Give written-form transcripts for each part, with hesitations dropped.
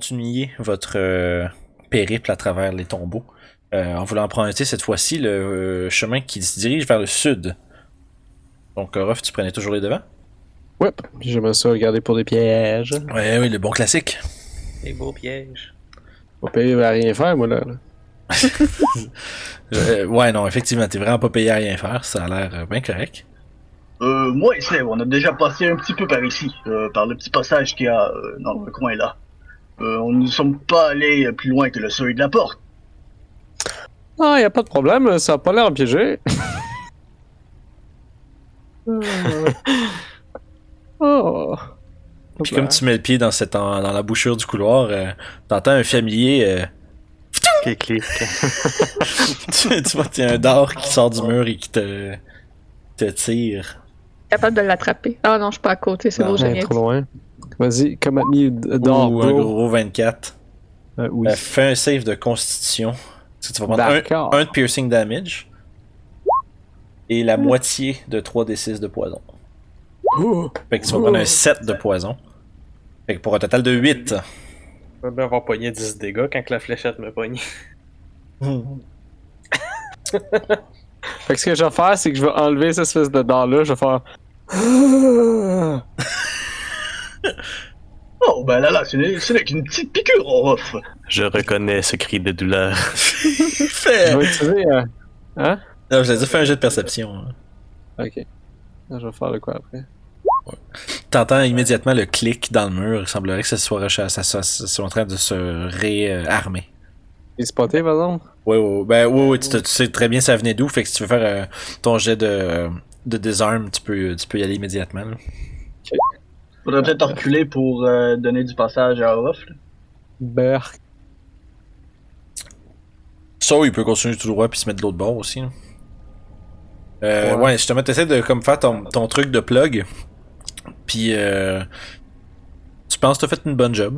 continuez votre périple à travers les tombeaux, en voulant emprunter cette fois-ci le chemin qui se dirige vers le sud. Donc, Ruff, tu prenais toujours les devants? Ouais, j'aimerais ça regarder pour des pièges. Ouais, oui, le bon classique. Les beaux pièges. Pas payé à rien faire, moi, là. Ouais, non, effectivement, t'es vraiment pas payé à rien faire, ça a l'air bien correct. Moi et Slave, on a déjà passé un petit peu par ici, par le petit passage qu'il y a dans le coin là. On ne sommes pas allés plus loin que le seuil de la porte. Ah, y a pas de problème, ça a pas l'air piégé. Oh. Puis comme tu mets le pied dans la bouchure du couloir, t'entends un familier... Clic. tu vois, t'as un dard qui sort du mur et qui te tire. Capable de l'attraper. Ah non, je suis pas à côté, c'est beau, j'ai Ouais, rien trop dit. loin. Vas-y, come at me d'or, Ou un gros 24. Oui. Fais un save de constitution. Tu vas prendre D'accord. un de piercing damage et la moitié de 3d6 de poison. Fait que tu vas prendre un 7 de poison. Fait que pour un total de 8. Je vais bien avoir pogné 10 dégâts quand la fléchette me pogne. Fait que ce que je vais faire, c'est que je vais enlever cette espèce de dent-là, je vais faire... Oh ben là, ce n'est qu'une petite piqûre, Ruff. Je reconnais ce cri de douleur. Je vais utiliser... Hein? Non, je l'ai dit, fais un jet de perception. Hein. Ok. Là, je vais faire le quoi après? T'entends immédiatement le clic dans le mur. Il semblerait que ça soit en train de se réarmer. Il est spoté, par exemple? Oui, tu sais très bien ça venait d'où. Fait que si tu veux faire ton jet de désarme, tu peux y aller immédiatement. Là. Faudrait peut-être reculer pour donner du passage à Ruff. Berk. Ça, il peut continuer tout droit puis se mettre de l'autre bord aussi. Là. Ouais, justement, t'essaies de comme faire ton truc de plug. Puis tu penses que t'as fait une bonne job.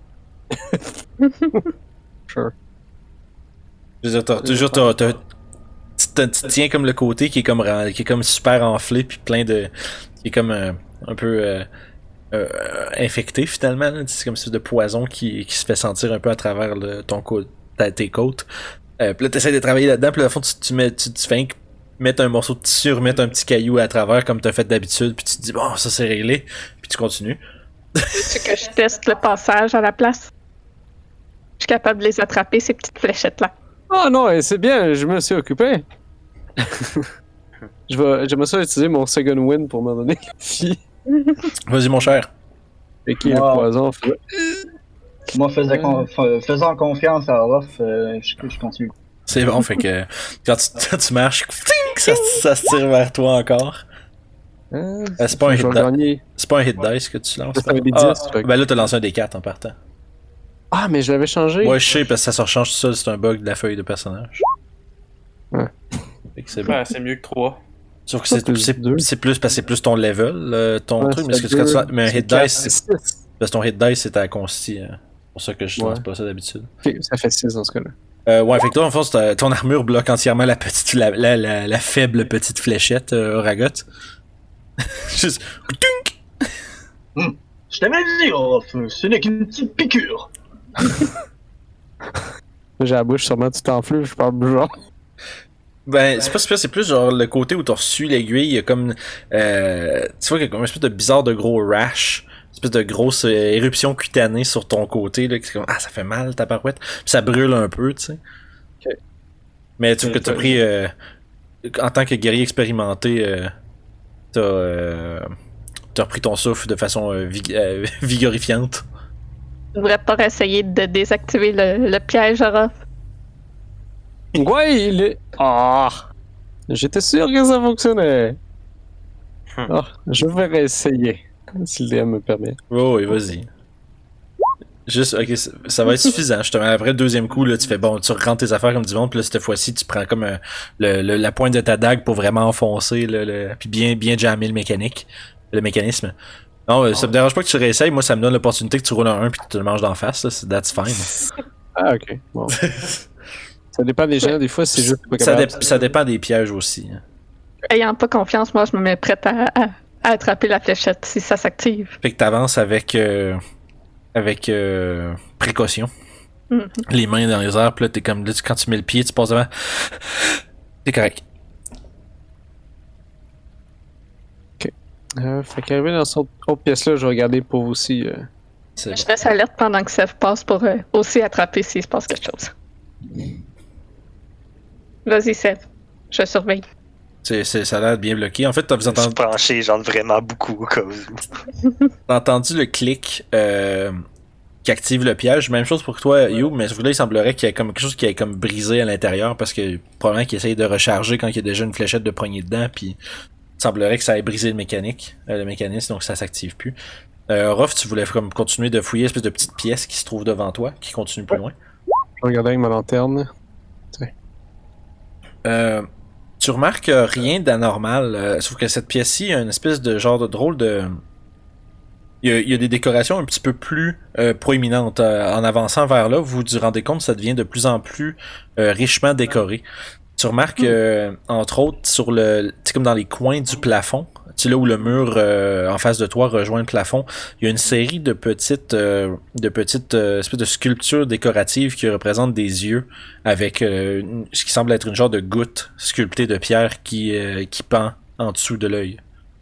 Sure. Je veux dire, tu te tiens comme le côté qui est comme super enflé puis plein de... qui est comme un peu infecté finalement. Là. C'est comme une espèce de poison qui se fait sentir un peu à travers tes côtes. Puis là, t'essaies de travailler là-dedans, puis là, au fond, tu fais mettre un morceau de tissu, remettre un petit caillou à travers comme t'as fait d'habitude, puis tu te dis, bon, ça c'est réglé, puis tu continues. Veux-tu que je teste le passage à la place? Je suis capable de les attraper, ces petites fléchettes-là. Oh non, c'est bien, je me suis occupé. J'aimerais ça utiliser mon second win pour me donner la fille. Vas-y, mon cher. Et qui est le poison. Moi, faisant confiance à Ruff, je continue. C'est bon, fait que quand tu marches, ça se tire vers toi encore. C'est pas un hit dice que tu lances. C'est un D10. Ben là, t'as lancé un D4 en partant. Ah, mais je l'avais changé. Ouais, je sais, parce que ça se rechange tout seul, c'est un bug de la feuille de personnage. Ouais. Fait que c'est bon. Ouais, c'est mieux que 3. Sauf que c'est plus parce que c'est plus ton level, ton truc, mais un hit dice, parce que ton hit dice c'est ta consti. C'est pour ça que je lance pas ça d'habitude. Ok, ça fait 6 dans ce cas-là. Ouais, fait que toi, en fait, ton armure bloque entièrement la faible petite fléchette, Oragot. Juste. Je t'avais dit, Ruff, ce n'est qu'une petite piqûre. J'ai la bouche sûrement tout enflée, je parle genre. Ben, c'est pas super, c'est plus genre le côté où t'as reçu l'aiguille, il y a comme. Tu vois qu'il y a comme une espèce de bizarre de gros rash, une espèce de grosse éruption cutanée sur ton côté, là, qui est comme, ah, ça fait mal ta parouette, puis ça brûle un peu, tu sais. Ok. Mais tu vois que t'as pris. En tant que guerrier expérimenté, t'as repris ton souffle de façon vigorifiante. Je devrais pas essayer de désactiver le piège, Ruff. Ouais, il est. Ah! J'étais sûr que ça fonctionnait. Ah, je vais réessayer, si le DM me permet. Oh, oui, vas-y. Juste, ok, ça va être suffisant. Justement, après le deuxième coup, là, tu fais bon, tu rentres tes affaires comme du monde, puis là, cette fois-ci, tu prends comme la pointe de ta dague pour vraiment enfoncer, puis bien jammer le mécanisme. Non, ça me dérange pas que tu réessayes. Moi, ça me donne l'opportunité que tu roules un 1 puis que tu te le manges d'en face. Là. That's fine. Ah, ok. Bon. Ça dépend des gens. Des fois, c'est juste pas capable. Ça dépend des pièges aussi. Hein. Ayant pas confiance, moi, je me mets prête à attraper la fléchette si ça s'active. Fait que t'avances avec précaution. Mhm. Les mains dans les airs, puis là, t'es comme, là, quand tu mets le pied, tu passes devant. T'es correct. Fait qu'arrivé dans cette autre pièce-là, je vais regarder pour aussi. C'est Je bon. reste alerte pendant que ça passe pour aussi attraper s'il se passe quelque chose. Vas-y, Seb. Je surveille. Ça a l'air bien bloqué. En fait, Je me suis penché, genre vraiment beaucoup au cas où. t'as entendu le clic qui active le piège. Même chose pour toi, You, mais là, il semblerait qu'il y ait comme quelque chose qui est comme brisé à l'intérieur parce que probablement qu'il essaye de recharger quand il y a déjà une fléchette de poignée dedans, puis il semblerait que ça ait brisé le mécanisme, donc ça s'active plus. Ruff, tu voulais comme continuer de fouiller l'espèce de petite pièce qui se trouve devant toi, qui continue plus loin. Je vais regarder avec ma lanterne. Tu remarques rien d'anormal, sauf que cette pièce-ci a une espèce de genre de drôle de... Il y a des décorations un petit peu plus proéminentes. En avançant vers là, vous vous rendez compte que ça devient de plus en plus richement décoré. Tu remarques, entre autres, sur le... Tu sais, comme dans les coins du plafond, tu sais, là où le mur en face de toi rejoint le plafond, il y a une série de petites espèces de sculptures décoratives qui représentent des yeux avec ce qui semble être une genre de goutte sculptée de pierre qui pend en dessous de l'œil.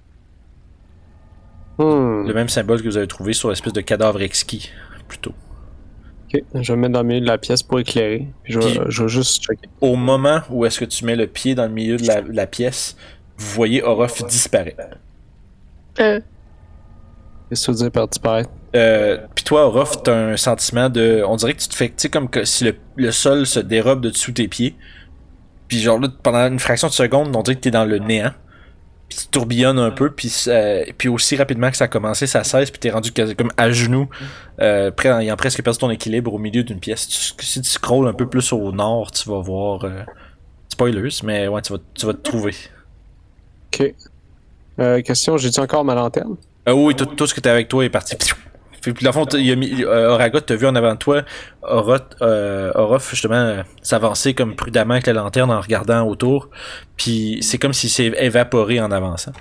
Le même symbole que vous avez trouvé sur l'espèce de cadavre exquis, plutôt. Ok, je vais me mettre dans le milieu de la pièce pour éclairer. Puis je vais juste checker. Au moment où est-ce que tu mets le pied dans le milieu de la pièce, vous voyez Orof disparaître. Euh, Qu'est-ce que tu veux dire par disparaître? Puis toi, Orof, t'as un sentiment de... On dirait que tu te fais... Tu sais, comme que si le sol se dérobe de dessous tes pieds. Puis genre là, pendant une fraction de seconde, on dirait que t'es dans le néant. Puis tu tourbillonnes un peu, puis aussi rapidement que ça a commencé, ça cesse, puis t'es rendu comme à genoux, ayant presque perdu ton équilibre au milieu d'une pièce. Si tu scrolles un peu plus au nord, tu vas voir... spoilers, mais ouais, tu vas te trouver. Ok. Question, j'ai-tu encore ma lanterne? Oui, tout ce que t'as avec toi est parti. Puis dans le fond, Oragot t'a vu en avant de toi, Orof justement s'avancer comme prudemment avec la lanterne en regardant autour, puis c'est comme s'il s'est évaporé en avançant.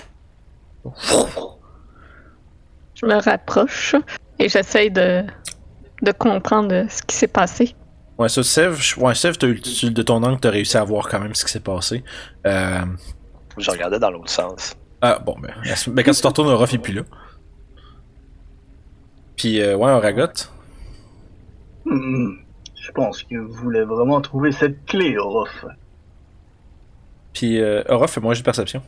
je me rapproche et j'essaye de comprendre ce qui s'est passé. Ouais, ça, Sev, de ton angle, t'as réussi à voir quand même ce qui s'est passé. Je regardais dans l'autre sens. Ah, bon, ben quand tu te retournes, Orof est plus là. Puis, ouais, Oragot. Je pense que vous voulez vraiment trouver cette clé, Orof. Puis, Orof, fais-moi juste perception.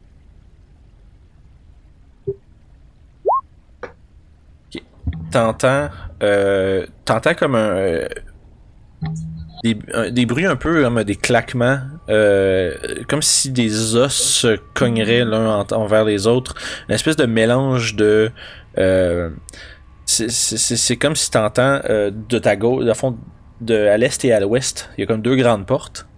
Ok. T'entends comme des bruits un peu comme des claquements, comme si des os se cogneraient l'un envers les autres. Une espèce de mélange de... c'est comme si t'entends de ta gauche, à fond, à l'est et à l'ouest, il y a comme deux grandes portes.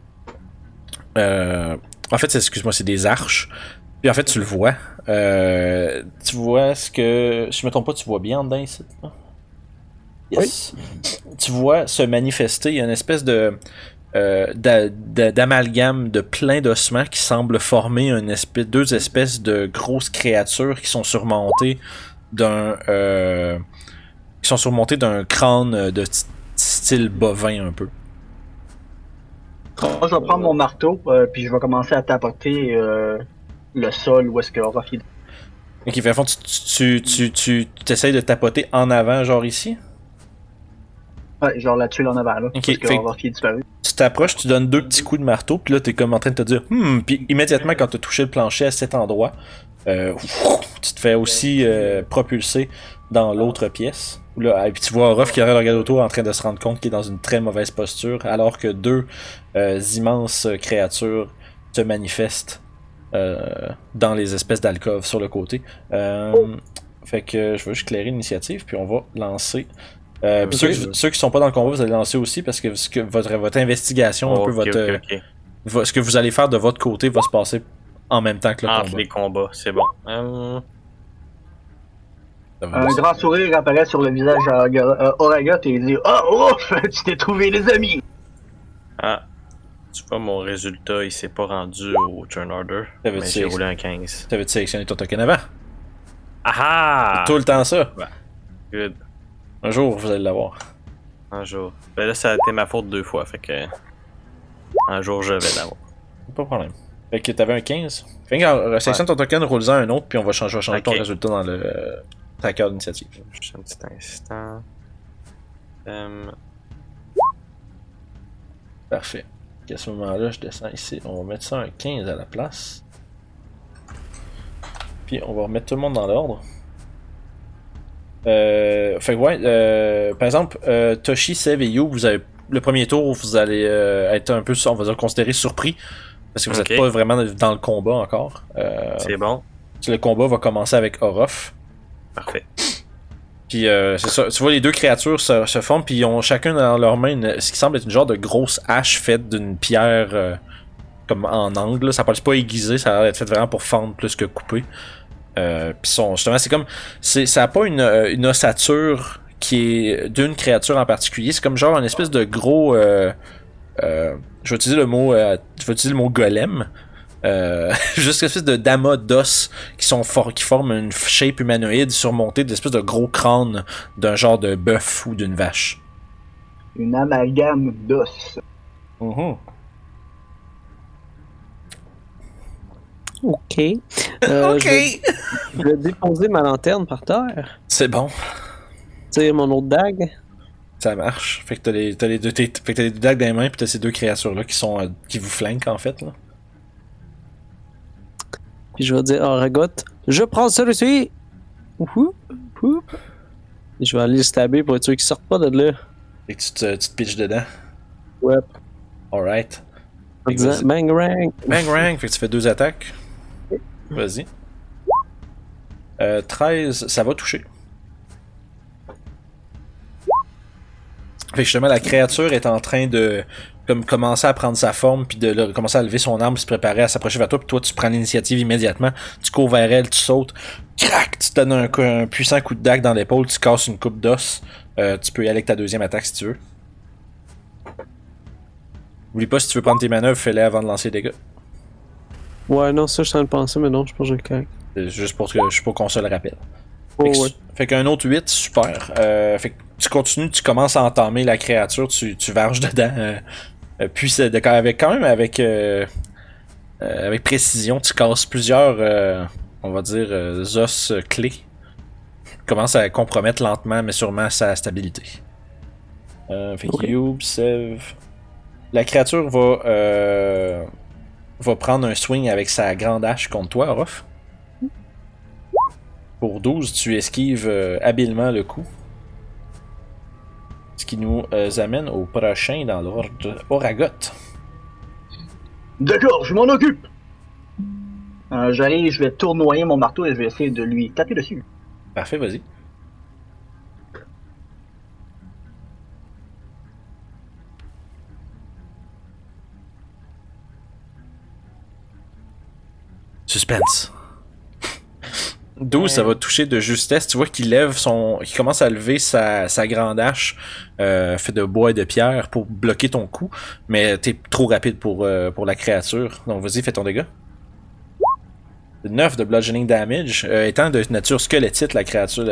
En fait, excuse-moi, c'est des arches. Puis en fait, tu le vois. Tu vois ce que... Si je me trompe pas, tu vois bien en dedans ici. Yes. Oui. Tu vois se manifester, il y a une espèce de d'amalgame de plein d'ossements qui semblent former deux espèces de grosses créatures qui sont surmontées d'un crâne de style bovin un peu. Moi, je vais prendre mon marteau, puis je vais commencer à tapoter le sol où est-ce que Orof est. Ok, fait à fond, tu t'essayes de tapoter en avant, genre ici? Ouais, genre la tuile en avant, là. Okay, parce que Orof est disparu. Tu t'approches, tu donnes deux petits coups de marteau, puis là, t'es comme en train de te dire puis immédiatement, quand t'as touché le plancher à cet endroit, tu te fais aussi propulser dans l'autre pièce. Là, et puis tu vois Orof qui regarde autour en train de se rendre compte qu'il est dans une très mauvaise posture, alors que deux immenses créatures se manifestent dans les espèces d'alcôves sur le côté. Fait que je vais juste clairer l'initiative, puis on va lancer. Okay. Ceux qui sont pas dans le combat, vous allez lancer aussi parce que votre investigation, un peu ce que vous allez faire de votre côté va se passer en même temps que le combat. Les combats, c'est bon. Un grand sourire apparaît sur le visage d'Oragot et il dit « Oh, ouf, tu t'es trouvé des amis! » Ah, tu vois, mon résultat, il s'est pas rendu au turn order, mais j'ai roulé un 15. T'avais sélectionné ton token avant? Ah! Tout le temps ça? Ouais. Good. Un jour, vous allez l'avoir. Un jour. Ben là, ça a été ma faute 2 fois, fait que. Un jour, je vais l'avoir. Pas de problème. Fait que t'avais un 15. Fait que sélectionne ton token, roule-en un autre, puis on va changer ton résultat dans le tracker d'initiative. Juste un petit instant. Parfait. À ce moment-là, je descends ici. On va mettre ça un 15 à la place. Puis on va remettre tout le monde dans l'ordre. Fait que ouais, par exemple, Toshi, Sev et You, vous avez le premier tour, vous allez être un peu, on va dire, considéré surpris. Parce que vous n'êtes pas vraiment dans le combat encore. C'est bon. Le combat va commencer avec Orof. Parfait. Puis c'est ça, tu vois les deux créatures se forment, puis ils ont chacun dans leur main ce qui semble être une genre de grosse hache faite d'une pierre comme en angle. Ça paraît pas aiguisé, ça a l'air d'être fait vraiment pour fendre plus que couper. Puis justement, c'est comme. Ça a pas une ossature qui est d'une créature en particulier, c'est comme genre une espèce de gros. Je vais utiliser le mot golem. Juste une espèce de d'amas d'os qui forment une shape humanoïde surmontée d'espèce de gros crâne d'un genre de bœuf ou d'une vache. Une amalgame d'os. Ok. Ok. Je vais déposer ma lanterne par terre. C'est bon. Tire mon autre dague. Ça marche. Fait que t'as les deux dagues dans les mains, puis t'as ces deux créatures-là qui vous flanquent en fait. Là. Puis je vais dire, Ragot, je prends celui-ci. Et je vais aller le stabber pour être sûr qu'il sorte pas de là. Fait que tu te pitches dedans. Ouais. Alright. Bang rang. Bang rang. Fait que tu fais 2 attaques. Vas-y. 13, ça va toucher. Fait que justement, la créature est en train de commencer à prendre sa forme, puis de commencer à lever son arme, puis se préparer à s'approcher vers toi, puis toi, tu prends l'initiative immédiatement, tu cours vers elle, tu sautes, crac, tu te donnes un puissant coup de dague dans l'épaule, tu casses une coupe d'os, tu peux y aller avec ta deuxième attaque si tu veux. Oublie pas, si tu veux prendre tes manœuvres, fais-les avant de lancer des dégâts. Ouais, non, ça, je suis en train de penser, mais non, je pense que j'ai le C'est juste pour qu'on se le rappelle. ouais. Fait qu'un autre 8, super. Fait que tu continues, tu commences à entamer la créature, tu varges dedans. Puis avec précision, tu casses plusieurs, on va dire, os clés. Tu commences à compromettre lentement, mais sûrement sa stabilité. Fait que Youb, Sev. La créature va prendre un swing avec sa grande hache contre toi, Orof. Pour 12, tu esquives habilement le coup. Ce qui nous amène au prochain dans l'ordre, Oragot. D'accord, je m'en occupe. J'arrive, je vais tournoyer mon marteau et je vais essayer de lui taper dessus. Parfait, vas-y. Suspense. 12, ça va toucher de justesse. Tu vois qu'il commence à lever sa grande hache fait de bois et de pierre pour bloquer ton coup, mais t'es trop rapide pour la créature. Donc vas-y, fais ton dégât. 9 de bludgeoning damage. Étant de nature squelettique, la créature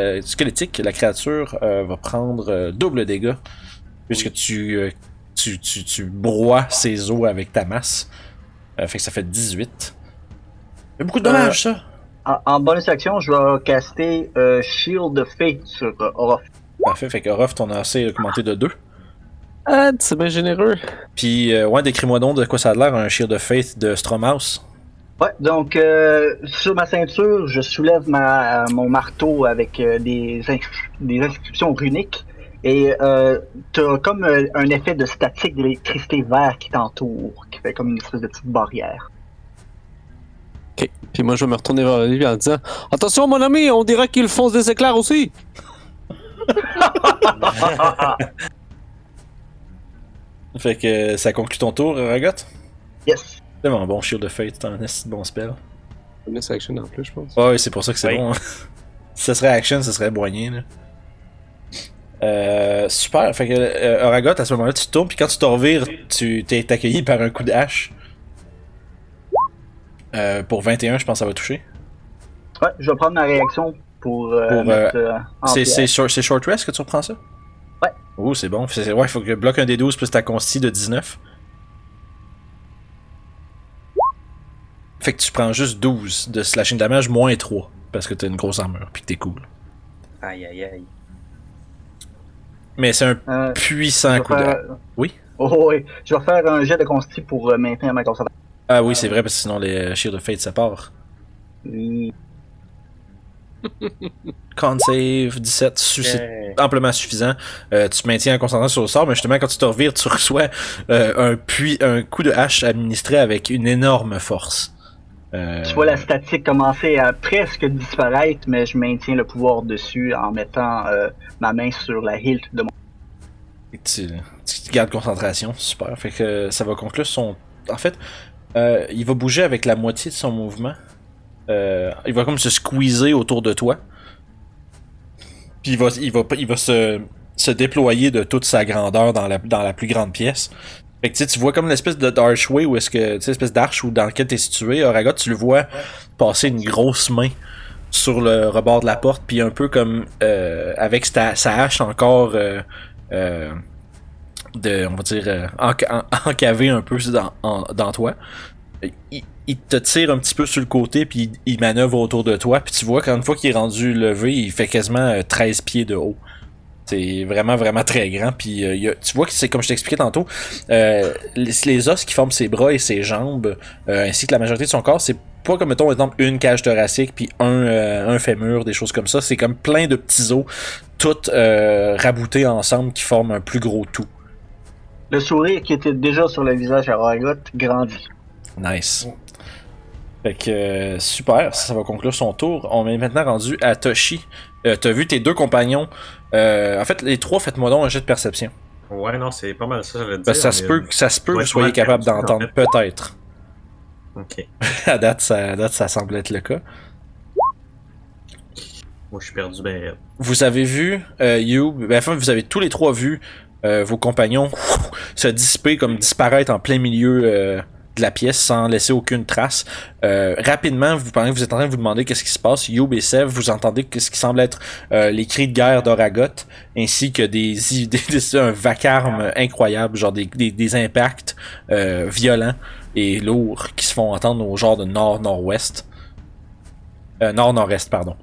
va prendre double dégâts puisque tu broies ses os avec ta masse. Fait que ça fait 18. Il y a beaucoup de dommages, ça. En bonus action, je vais caster Shield of Fate sur Orof. Parfait, fait que Orof, ton AC a augmenté de 2. Ah, c'est bien généreux. Puis, ouais, décris-moi donc de quoi ça a l'air, un Shield of Faith de Stromhouse. Ouais, donc sur ma ceinture, je soulève mon marteau avec des inscriptions runiques. Et t'as comme un effet de statique d'électricité vert qui t'entoure, qui fait comme une espèce de petite barrière. Ok, puis moi je vais me retourner vers lui en disant « Attention mon ami, on dirait qu'il fonce des éclairs aussi! » Fait que ça conclut ton tour, Ragot? Yes. C'est vraiment bon, Shield of Fate, c'est un bon spell. Bonus action en plus, je pense. Ouais, c'est pour ça que c'est bon. Si ça serait action, ça serait boigné, là. Super, fait que Oragot, à ce moment-là, tu tournes, puis quand tu te revires, tu t'es accueilli par un coup de hache. Pour 21, je pense que ça va toucher. Ouais, je vais prendre ma réaction pour mettre en pièces. C'est short rest que tu reprends ça? Ouais. Oh, c'est bon. Ouais, il faut que bloque un des 12 plus ta consti de 19. Fait que tu prends juste 12 de slashing damage moins 3 parce que t'as une grosse armure pis que t'es cool. Aïe aïe aïe. Mais c'est un puissant coup de... Oui? Oh oui, je vais faire un jet de consti pour maintenir ma concentration. Ah oui, c'est vrai parce que sinon les Shield of Fate ça part. Oui. Con save 17, c'est amplement suffisant. Tu maintiens la concentration sur le sort, mais justement quand tu te revires, tu reçois un coup de hache administré avec une énorme force. Tu vois la statique commencer à presque disparaître, mais je maintiens le pouvoir dessus en mettant ma main sur la hilt de mon... Et tu gardes concentration, super. Fait que ça va conclure son... En fait, il va bouger avec la moitié de son mouvement. Il va comme se squeezer autour de toi. Puis il va se déployer de toute sa grandeur dans la plus grande pièce. Fait que tu vois comme l'espèce d'archway où est-ce que, tu sais, l'espèce d'arche dans lequel t'es situé, Oragot, tu le vois passer une grosse main sur le rebord de la porte, puis un peu comme avec sa hache encore on va dire encavée un peu dans toi. Il te tire un petit peu sur le côté, puis il manœuvre autour de toi, puis tu vois qu'une fois qu'il est rendu levé, il fait quasiment 13 pieds de haut. C'est vraiment, vraiment très grand. Puis tu vois que c'est comme je t'expliquais tantôt, les os qui forment ses bras et ses jambes, ainsi que la majorité de son corps, c'est pas comme, mettons, exemple, une cage thoracique puis un fémur, des choses comme ça. C'est comme plein de petits os, toutes raboutés ensemble, qui forment un plus gros tout. Le sourire qui était déjà sur le visage à Oragot grandit. Nice. Fait que super, ça va conclure son tour. On est maintenant rendu à Toshi. T'as vu tes deux compagnons. En fait, les trois, faites-moi donc un jet de perception. Ouais, non, c'est pas mal ça, je dire. Ça se peut que vous soyez capable d'entendre, en fait. Peut-être. Ok. à date, ça semble être le cas. Moi, je suis perdu, ben. Vous avez vu, enfin, vous avez tous les trois vu vos compagnons se dissiper, comme disparaître en plein milieu de la pièce sans laisser aucune trace. Rapidement, pendant que vous êtes en train de vous demander qu'est-ce qui se passe, Youb et Sev, vous entendez ce qui semble être les cris de guerre d'Oragot, ainsi que un vacarme incroyable, genre des impacts violents et lourds qui se font entendre au genre de nord-nord-ouest. Nord-nord-est, pardon.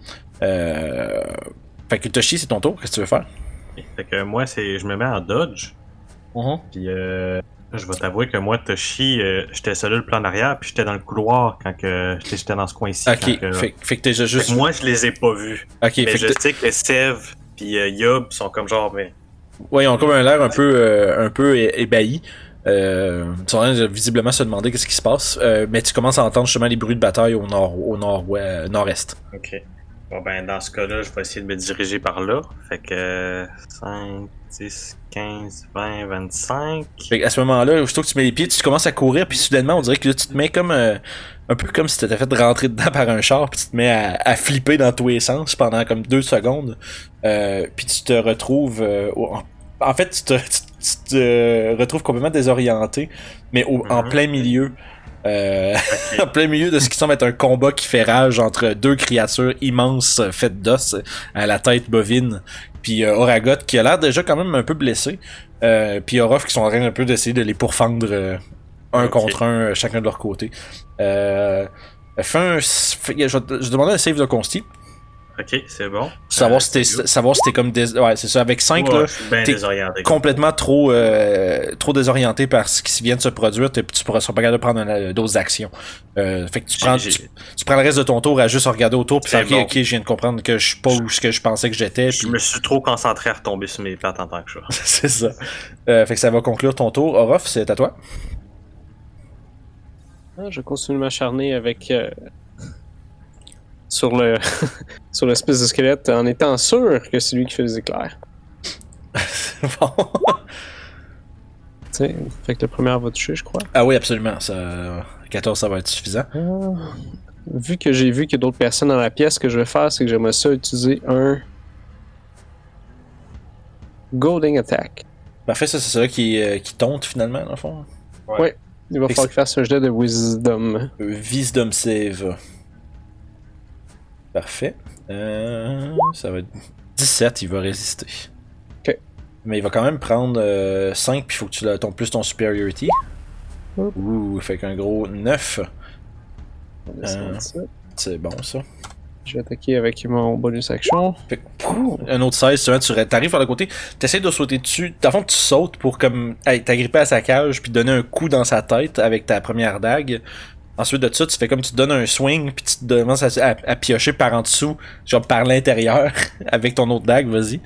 Fait que Toshi, c'est ton tour, qu'est-ce que tu veux faire? Fait que moi, je me mets en dodge. Puis je vais t'avouer que moi, Toshi, j'étais seul le plan arrière, puis j'étais dans le couloir quand j'étais dans ce coin-ci. Ok, fait que t'es juste... Fait que moi, je les ai pas vus. Ok, mais je sais que Sev puis Yob sont comme genre... Mais... Ouais, ils ont comme un l'air un peu ébahis. Ils sont en train de visiblement se demander qu'est-ce qui se passe. Mais tu commences à entendre justement les bruits de bataille au nord-est. Ok. Bon ben, dans ce cas-là, je vais essayer de me diriger par là. Fait que 5, 10, 15, 20, 25... Fait à ce moment-là, aussitôt que tu mets les pieds, tu commences à courir, puis soudainement, on dirait que là, tu te mets comme... un peu comme si tu t'étais fait rentrer dedans par un char, puis tu te mets à flipper dans tous les sens pendant comme 2 secondes. Puis tu te retrouves... en fait, tu te retrouves complètement désorienté, mais en plein milieu... en plein milieu de ce qui semble être un combat qui fait rage entre deux créatures immenses faites d'os à la tête bovine, puis Oragot qui a l'air déjà quand même un peu blessé, puis Orof qui sont en train un peu d'essayer de les pourfendre un contre un, chacun de leur côté. Je demandais un save de consti. Ok, c'est bon. Savoir si t'es comme ouais, c'est ça, avec 5 là, t'es complètement trop désorienté par ce qui vient de se produire, tu seras pas capable de prendre d'autres actions. Fait que tu prends le reste de ton tour à juste regarder autour puis faire ok, je viens de comprendre que je suis pas où je pensais que j'étais. Je me suis trop concentré à retomber sur mes pattes en tant que ça. C'est ça. Fait que ça va conclure ton tour. Orof, c'est à toi. Je continue de m'acharner avec sur l'espèce de squelette en étant sûr que c'est lui qui fait les éclairs. Bon. T'sais, fait que le premier va toucher, je crois. Ah oui, absolument. 14, ça va être suffisant. Vu que j'ai vu qu'il y a d'autres personnes dans la pièce, ce que je vais faire, c'est que j'aimerais ça utiliser un Golding Attack. Parfait, ça, c'est celui qui tente finalement, dans le fond. Ouais. Il va falloir qu'il fasse un jet de Wisdom. Wisdom save. Parfait. Ça va être 17, il va résister. Ok. Mais il va quand même prendre 5, puis il faut que tu ton plus ton superiority. Ouh, fait qu'un gros 9. C'est bon ça. Je vais attaquer avec mon bonus action. Fait que, un autre 16, tu t'arrives par le côté, t'essaies de sauter dessus, dans le fond tu sautes pour comme t'agripper à sa cage puis donner un coup dans sa tête avec ta première dague. Ensuite de ça, tu fais comme tu te donnes un swing puis tu te commences à piocher par en dessous, genre par l'intérieur avec ton autre dague, vas-y.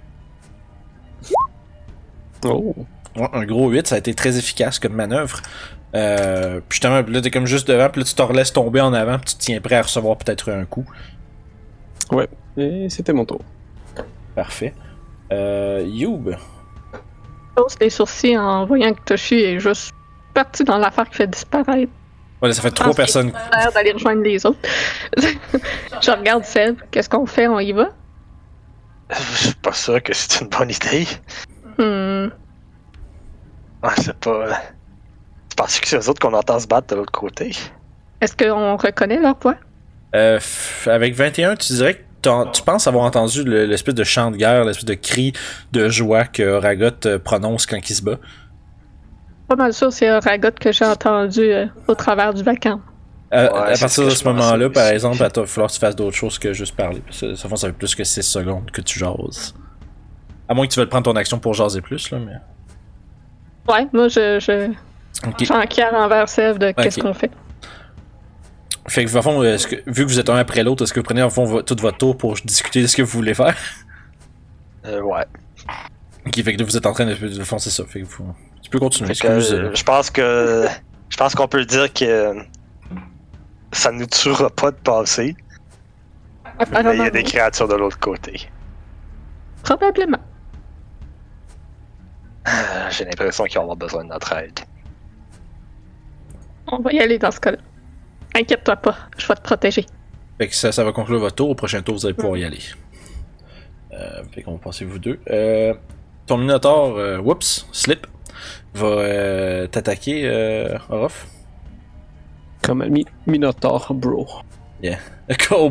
Oh. Ouais, un gros 8, ça a été très efficace comme manœuvre. Puis justement, là t'es comme juste devant, puis là tu te relaisses tomber en avant, puis tu te tiens prêt à recevoir peut-être un coup. Ouais, et c'était mon tour. Parfait. Youb. Je hausse les sourcils en voyant que Toshi est juste parti dans l'affaire qui fait disparaître. Ouais, ça fait 3 personnes. J'ai l'air d'aller rejoindre les autres. Je regarde Seb. Qu'est-ce qu'on fait? On y va? Je suis pas sûr que c'est une bonne idée. Ah, c'est pas. Tu penses que c'est eux autres qu'on entend se battre de l'autre côté? Est-ce qu'on reconnaît leur voix? Avec 21, tu dirais que tu penses avoir entendu l'espèce de chant de guerre, l'espèce de cri de joie que Oragot prononce quand il se bat. Pas mal sûr, c'est Oragot que j'ai entendu au travers du vacarme. À Ouais, c'est partir ce de que ce je pensais moment-là, par aussi. exemple, il va falloir que tu fasses d'autres choses que juste parler. Ça fait plus que 6 secondes que tu jases. À moins que tu veuilles prendre ton action pour jaser plus, là, mais. Ouais, moi je Ok. j'enquière envers Seb de qu'est-ce Ok. qu'on fait. Fait que, au fond, vu que vous êtes un après l'autre, est-ce que vous prenez, en fond, tout votre tour pour discuter de ce que vous voulez faire? Ouais. Ok, fait que là, vous êtes en train de foncer ça. Fait que tu peux continuer, Fait que, excuse. je pense qu'on peut dire que ça nous tuera pas de passer, mais il y Apparemment, a des oui. créatures de l'autre côté. Probablement. J'ai l'impression qu'ils vont avoir besoin de notre aide. On va y aller dans ce cas-là. Inquiète-toi pas, je vais te protéger. Fait que ça va conclure votre tour. Au prochain tour, vous allez pouvoir y aller. Fait qu'on va passer vous deux. Ton Minotaur, Slip, va t'attaquer, Orof. Comme un Minotaur, bro. Yeah. Oh,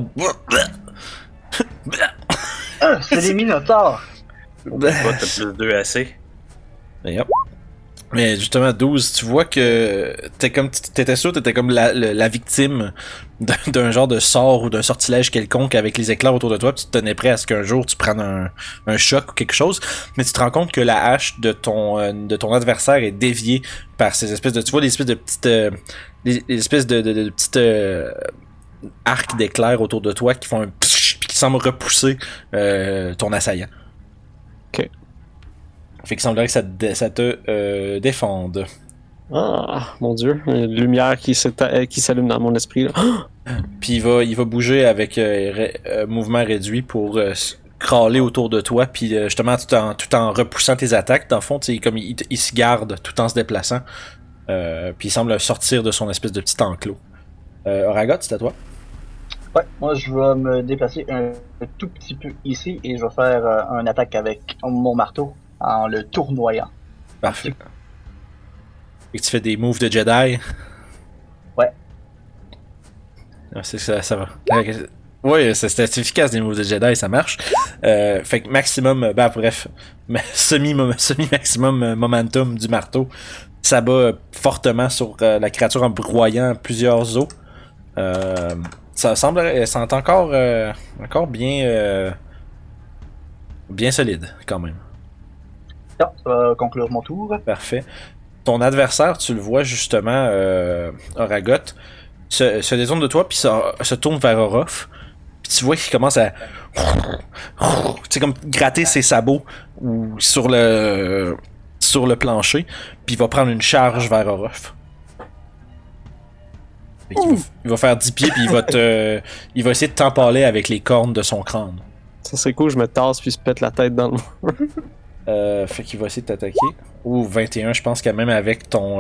Ah, c'est des minotaures! Toi, t'as plus 2 AC. Yep. Mais justement, 12, tu vois que t'étais sûr que t'étais comme la victime d'un genre de sort ou d'un sortilège quelconque avec les éclairs autour de toi, puis tu te tenais prêt à ce qu'un jour tu prennes un choc ou quelque chose, mais tu te rends compte que la hache de ton adversaire est déviée par ces espèces de, tu vois, des espèces de petites, des espèces de petites arcs d'éclairs autour de toi qui font un psh, puis qui semblent repousser ton assaillant. Fait qu'il semblerait que ça te défende. Ah, mon dieu. Une lumière qui s'allume dans mon esprit. Là. Puis il va bouger avec mouvement réduit pour crawler autour de toi. Puis justement, tout en repoussant tes attaques, dans le fond, comme il se garde tout en se déplaçant. Puis il semble sortir de son espèce de petit enclos. Oragot, c'est à toi? Ouais, moi je vais me déplacer un tout petit peu ici et je vais faire une attaque avec mon marteau en le tournoyant. Parfait. Fait que tu fais des moves de Jedi. Ouais. Ah, ça va. Oui, c'est efficace des moves de Jedi, ça marche. Fait que maximum, bref, semi-maximum momentum du marteau, ça bat fortement sur la créature en broyant plusieurs os. Ça semble c'est encore bien solide quand même. Ça va conclure mon tour. Parfait. Ton adversaire, tu le vois justement, Oragot, se détourne de toi puis se tourne vers Orof. Puis tu vois qu'il commence à comme gratter ses sabots ou sur le plancher, puis il va prendre une charge vers Orof. Il va faire 10 pieds puis il va essayer de t'empaler avec les cornes de son crâne. Ça serait cool, je me tasse puis je pète la tête dans le mur. Fait qu'il va essayer de t'attaquer. Ou 21, je pense que même avec ton...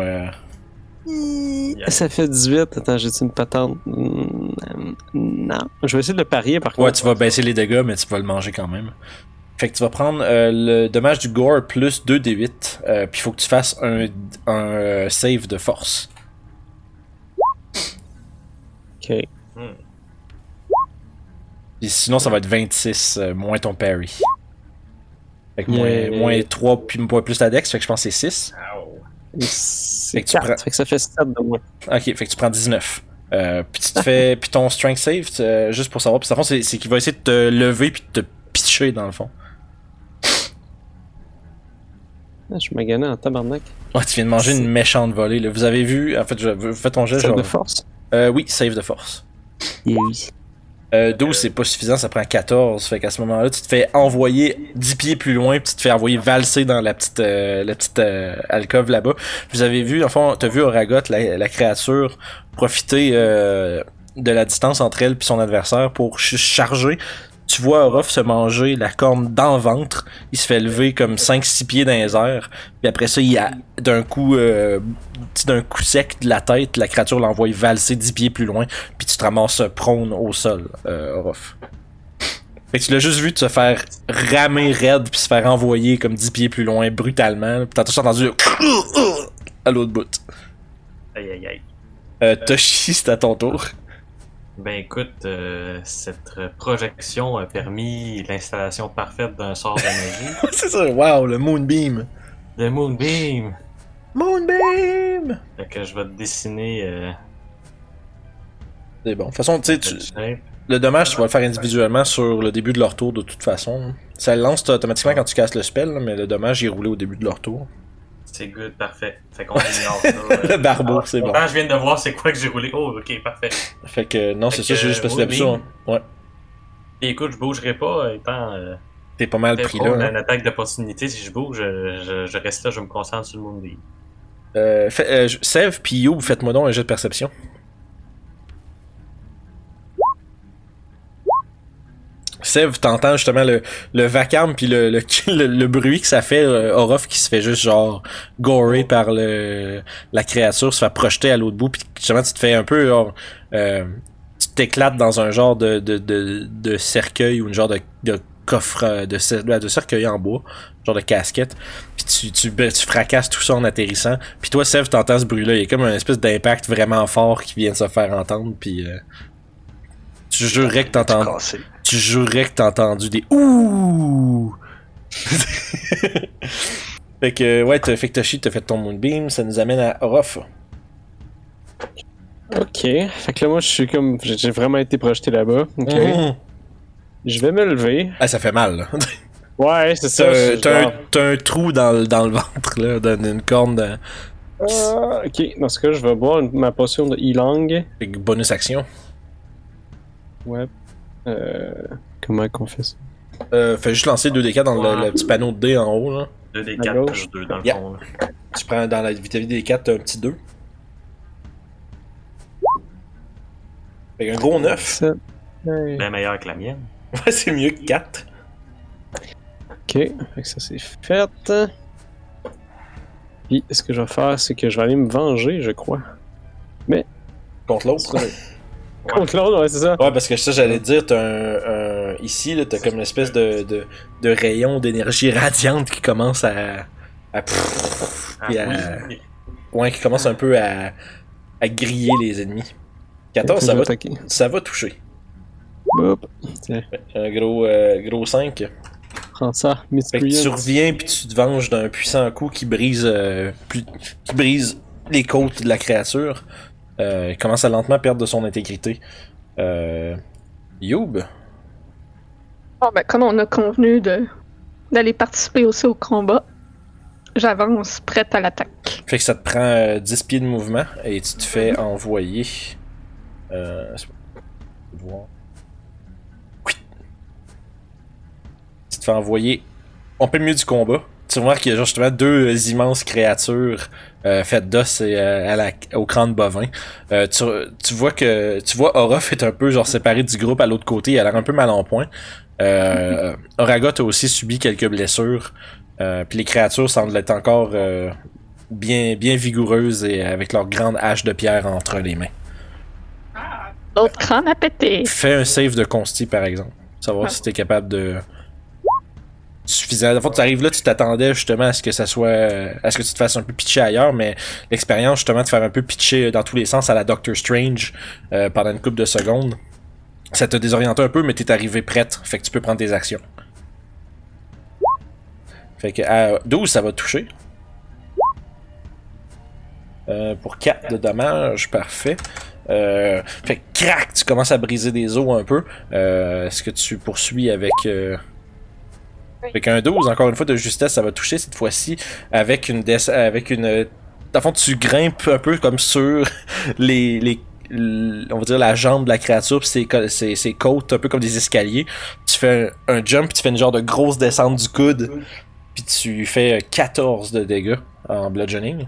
Ça fait 18. Attends, j'ai-tu une patente? Non. Je vais essayer de le parier par contre. Ouais, tu vas baisser les dégâts, mais tu vas le manger quand même. Fait que tu vas prendre le dommage du gore plus 2d8. Puis il faut que tu fasses un save de force. Ok. Puis sinon, ça va être 26 moins ton parry. Fait que moins 3 puis plus ta dex, fait que je pense que c'est 6. C'est Fait que tu 4, prends- fait que ça fait 7 de moins. Ok, fait que tu prends 19. Puis tu te fais. Puis ton strength save, juste pour savoir. Puis dans le fond, c'est qu'il va essayer de te lever puis de te pitcher dans le fond. Ah, je suis magané en tabarnak. Ouais, tu viens de manger une méchante volée. Là. Vous avez vu. En fait, fais ton jet. Save genre- de force. Oui, save de force. Oui. 12, c'est pas suffisant, ça prend 14. Fait qu'à ce moment-là, tu te fais envoyer 10 pieds plus loin, puis tu te fais envoyer valser dans la petite alcôve là-bas. Vous avez vu, en fond, t'as vu Oragot, la créature, profiter de la distance entre elle et son adversaire pour charger. Tu vois Orof se manger la corne dans le ventre. Il se fait lever comme 5-6 pieds dans les airs. Puis après ça, il a d'un coup sec de la tête, la créature l'envoie valser 10 pieds plus loin. Puis tu te ramasses prone au sol, Orof. Fait que tu l'as juste vu te faire ramer raide puis se faire envoyer comme 10 pieds plus loin brutalement. Puis t'as tout entendu à l'autre bout. Aïe aïe aïe. Toshi, c'est à ton tour. Ben écoute, cette projection a permis l'installation parfaite d'un sort de magie. C'est ça, wow, le Moonbeam. Le Moonbeam! Moonbeam! Fait que je vais te dessiner C'est bon. De toute façon, tu sais, le shape. le dommage, tu vas le faire individuellement sur le début de leur tour de toute façon. Ça le lance automatiquement quand tu casses le spell, là, mais le dommage il est roulé au début de leur tour. C'est good, parfait. Fait qu'on ignore ça. Le barbeau, c'est bon. Pourtant, je viens de voir c'est quoi que j'ai roulé. Oh, ok, parfait. Fait que non, c'est Fait ça, c'est que, juste parce que d'habitude, Moonbeam. ouais. Et écoute, je bougerai pas étant T'es pas mal très pris prone à là. une attaque d'opportunité. Si je bouge, je reste là, je me concentre sur le Moonbeam. Sev pis You, faites-moi donc un jet de perception. Sev, t'entends justement le vacarme puis le bruit que ça fait, Orof qui se fait juste genre gorer par la créature, se fait projeter à l'autre bout, puis justement tu te fais un peu genre, tu t'éclates dans un genre de cercueil ou une genre de coffre de cercueil en bois, genre de casquette, puis tu fracasses tout ça en atterrissant, puis toi Sev t'entends ce bruit là, il y a comme une espèce d'impact vraiment fort qui vient de se faire entendre, puis tu jurerais que t'entends. Cassé. Tu jurerais que t'as entendu des ouh. Fait que ouais, fait que Toshi t'as fait ton Moonbeam, ça nous amène à Orof. Ok. Fait que là, moi, je suis comme. J'ai vraiment été projeté là-bas. Ok. Mhm. Je vais me lever. Ah, ça fait mal là. Ouais, c'est ça. T'as un trou dans le ventre là, d'une corne de... Ok, dans ce cas, je vais boire ma potion de Healing. Fait que bonus action. Ouais. Comment qu'on fait ça? Fais juste lancer 2d4 dans le petit panneau de dés en haut là. 2d4 À gauche. plus 2 dans le Yeah. fond. Là. Tu prends dans la vitesse des 4, t'as un petit 2. Fait qu'un gros 9. Ça. Ouais. Bien meilleur que la mienne. Ouais, c'est mieux que 4. Ok, fait que ça c'est fait. Puis, ce que je vais faire, c'est que je vais aller me venger, je crois. Contre l'autre. Contre l'autre, ouais, c'est ça. Ouais, parce que ça, j'allais te dire, t'as ici, là, t'as comme une espèce de rayon d'énergie radiante qui commence à puis Oui. ouais, qui commence un peu à griller les ennemis. 14, Je ça vais va, attaquer. ça va toucher. Hop. Tiens, Un gros 5. prends ça, Fait que tu Miscreant. reviens puis tu te venges d'un puissant coup qui brise qui brise les côtes de la créature. Il commence à lentement perdre de son intégrité. Youb. Bon, ben, comme on a convenu d'aller participer aussi au combat, j'avance prête à l'attaque. Fait que ça te prend 10 pieds de mouvement et tu te fais envoyer. Voir. Oui. Tu te fais envoyer en plein milieu du combat. Tu remarques qu'il y a genre justement deux immenses créatures faites d'os et au crâne bovin. Tu vois Orof est un peu genre séparé du groupe à l'autre côté. Il a l'air un peu mal en point. Oragot a aussi subi quelques blessures. Puis les créatures semblent être encore bien vigoureuses et avec leurs grandes haches de pierre entre les mains. L'autre crâne a pété. Fais un save de consti par exemple. Savoir si t'es capable de... Suffisant. D'abord, tu arrives là, tu t'attendais justement à ce que ça soit... à ce que tu te fasses un peu pitcher ailleurs, mais l'expérience justement de faire un peu pitcher dans tous les sens à la Doctor Strange pendant une couple de secondes Ça t'a désorienté un peu, mais t'es arrivé prête. Fait que tu peux prendre tes actions. Fait que à 12, ça va toucher. Pour 4 de dommages, parfait. Fait que crac, tu commences à briser des os un peu. Est-ce que tu poursuis avec... Avec un 12, encore une fois de justesse, ça va toucher cette fois-ci avec une... Dans le fond, tu grimpes un peu comme sur on va dire la jambe de la créature pis ses côtes, un peu comme des escaliers. Tu fais un jump, tu fais une genre de grosse descente du coude, puis tu fais 14 de dégâts en bludgeoning.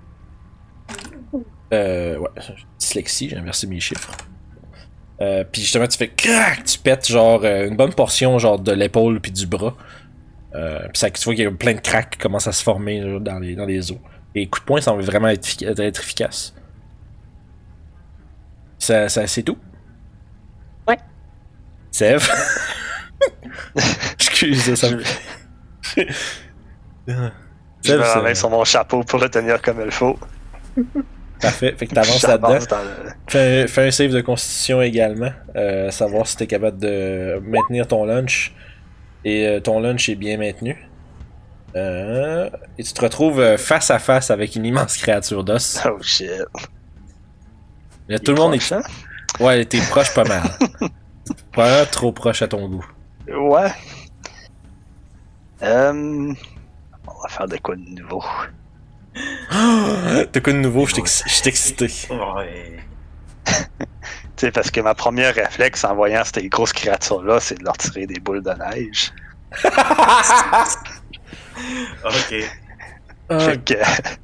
Ouais, dyslexie, j'ai inversé mes chiffres. Puis justement, tu fais crac, tu pètes genre une bonne portion genre de l'épaule puis du bras. Puis ça, tu vois qu'il y a plein de cracks qui commencent à se former là, dans les os. Et coup de poing semble vraiment être efficace. Ça c'est tout? Ouais. Sève? Excuse, ça me... Je mets la main sur mon chapeau pour le tenir comme il faut. Parfait, fait que t'avances là-dedans. Fais un save de constitution également. Savoir si t'es capable de maintenir ton lunch. Et ton lunch est bien maintenu. Et tu te retrouves face à face avec une immense créature d'os. Oh shit. Là, tout le monde est... Ouais, t'es proche pas mal. Pas trop proche à ton goût. Ouais. On va faire de quoi de nouveau? T'as quoi de nouveau? Je suis excité. Ouais. Tu sais, parce que ma première réflexe en voyant ces grosses créatures-là, c'est de leur tirer des boules de neige. Ok. Fait que,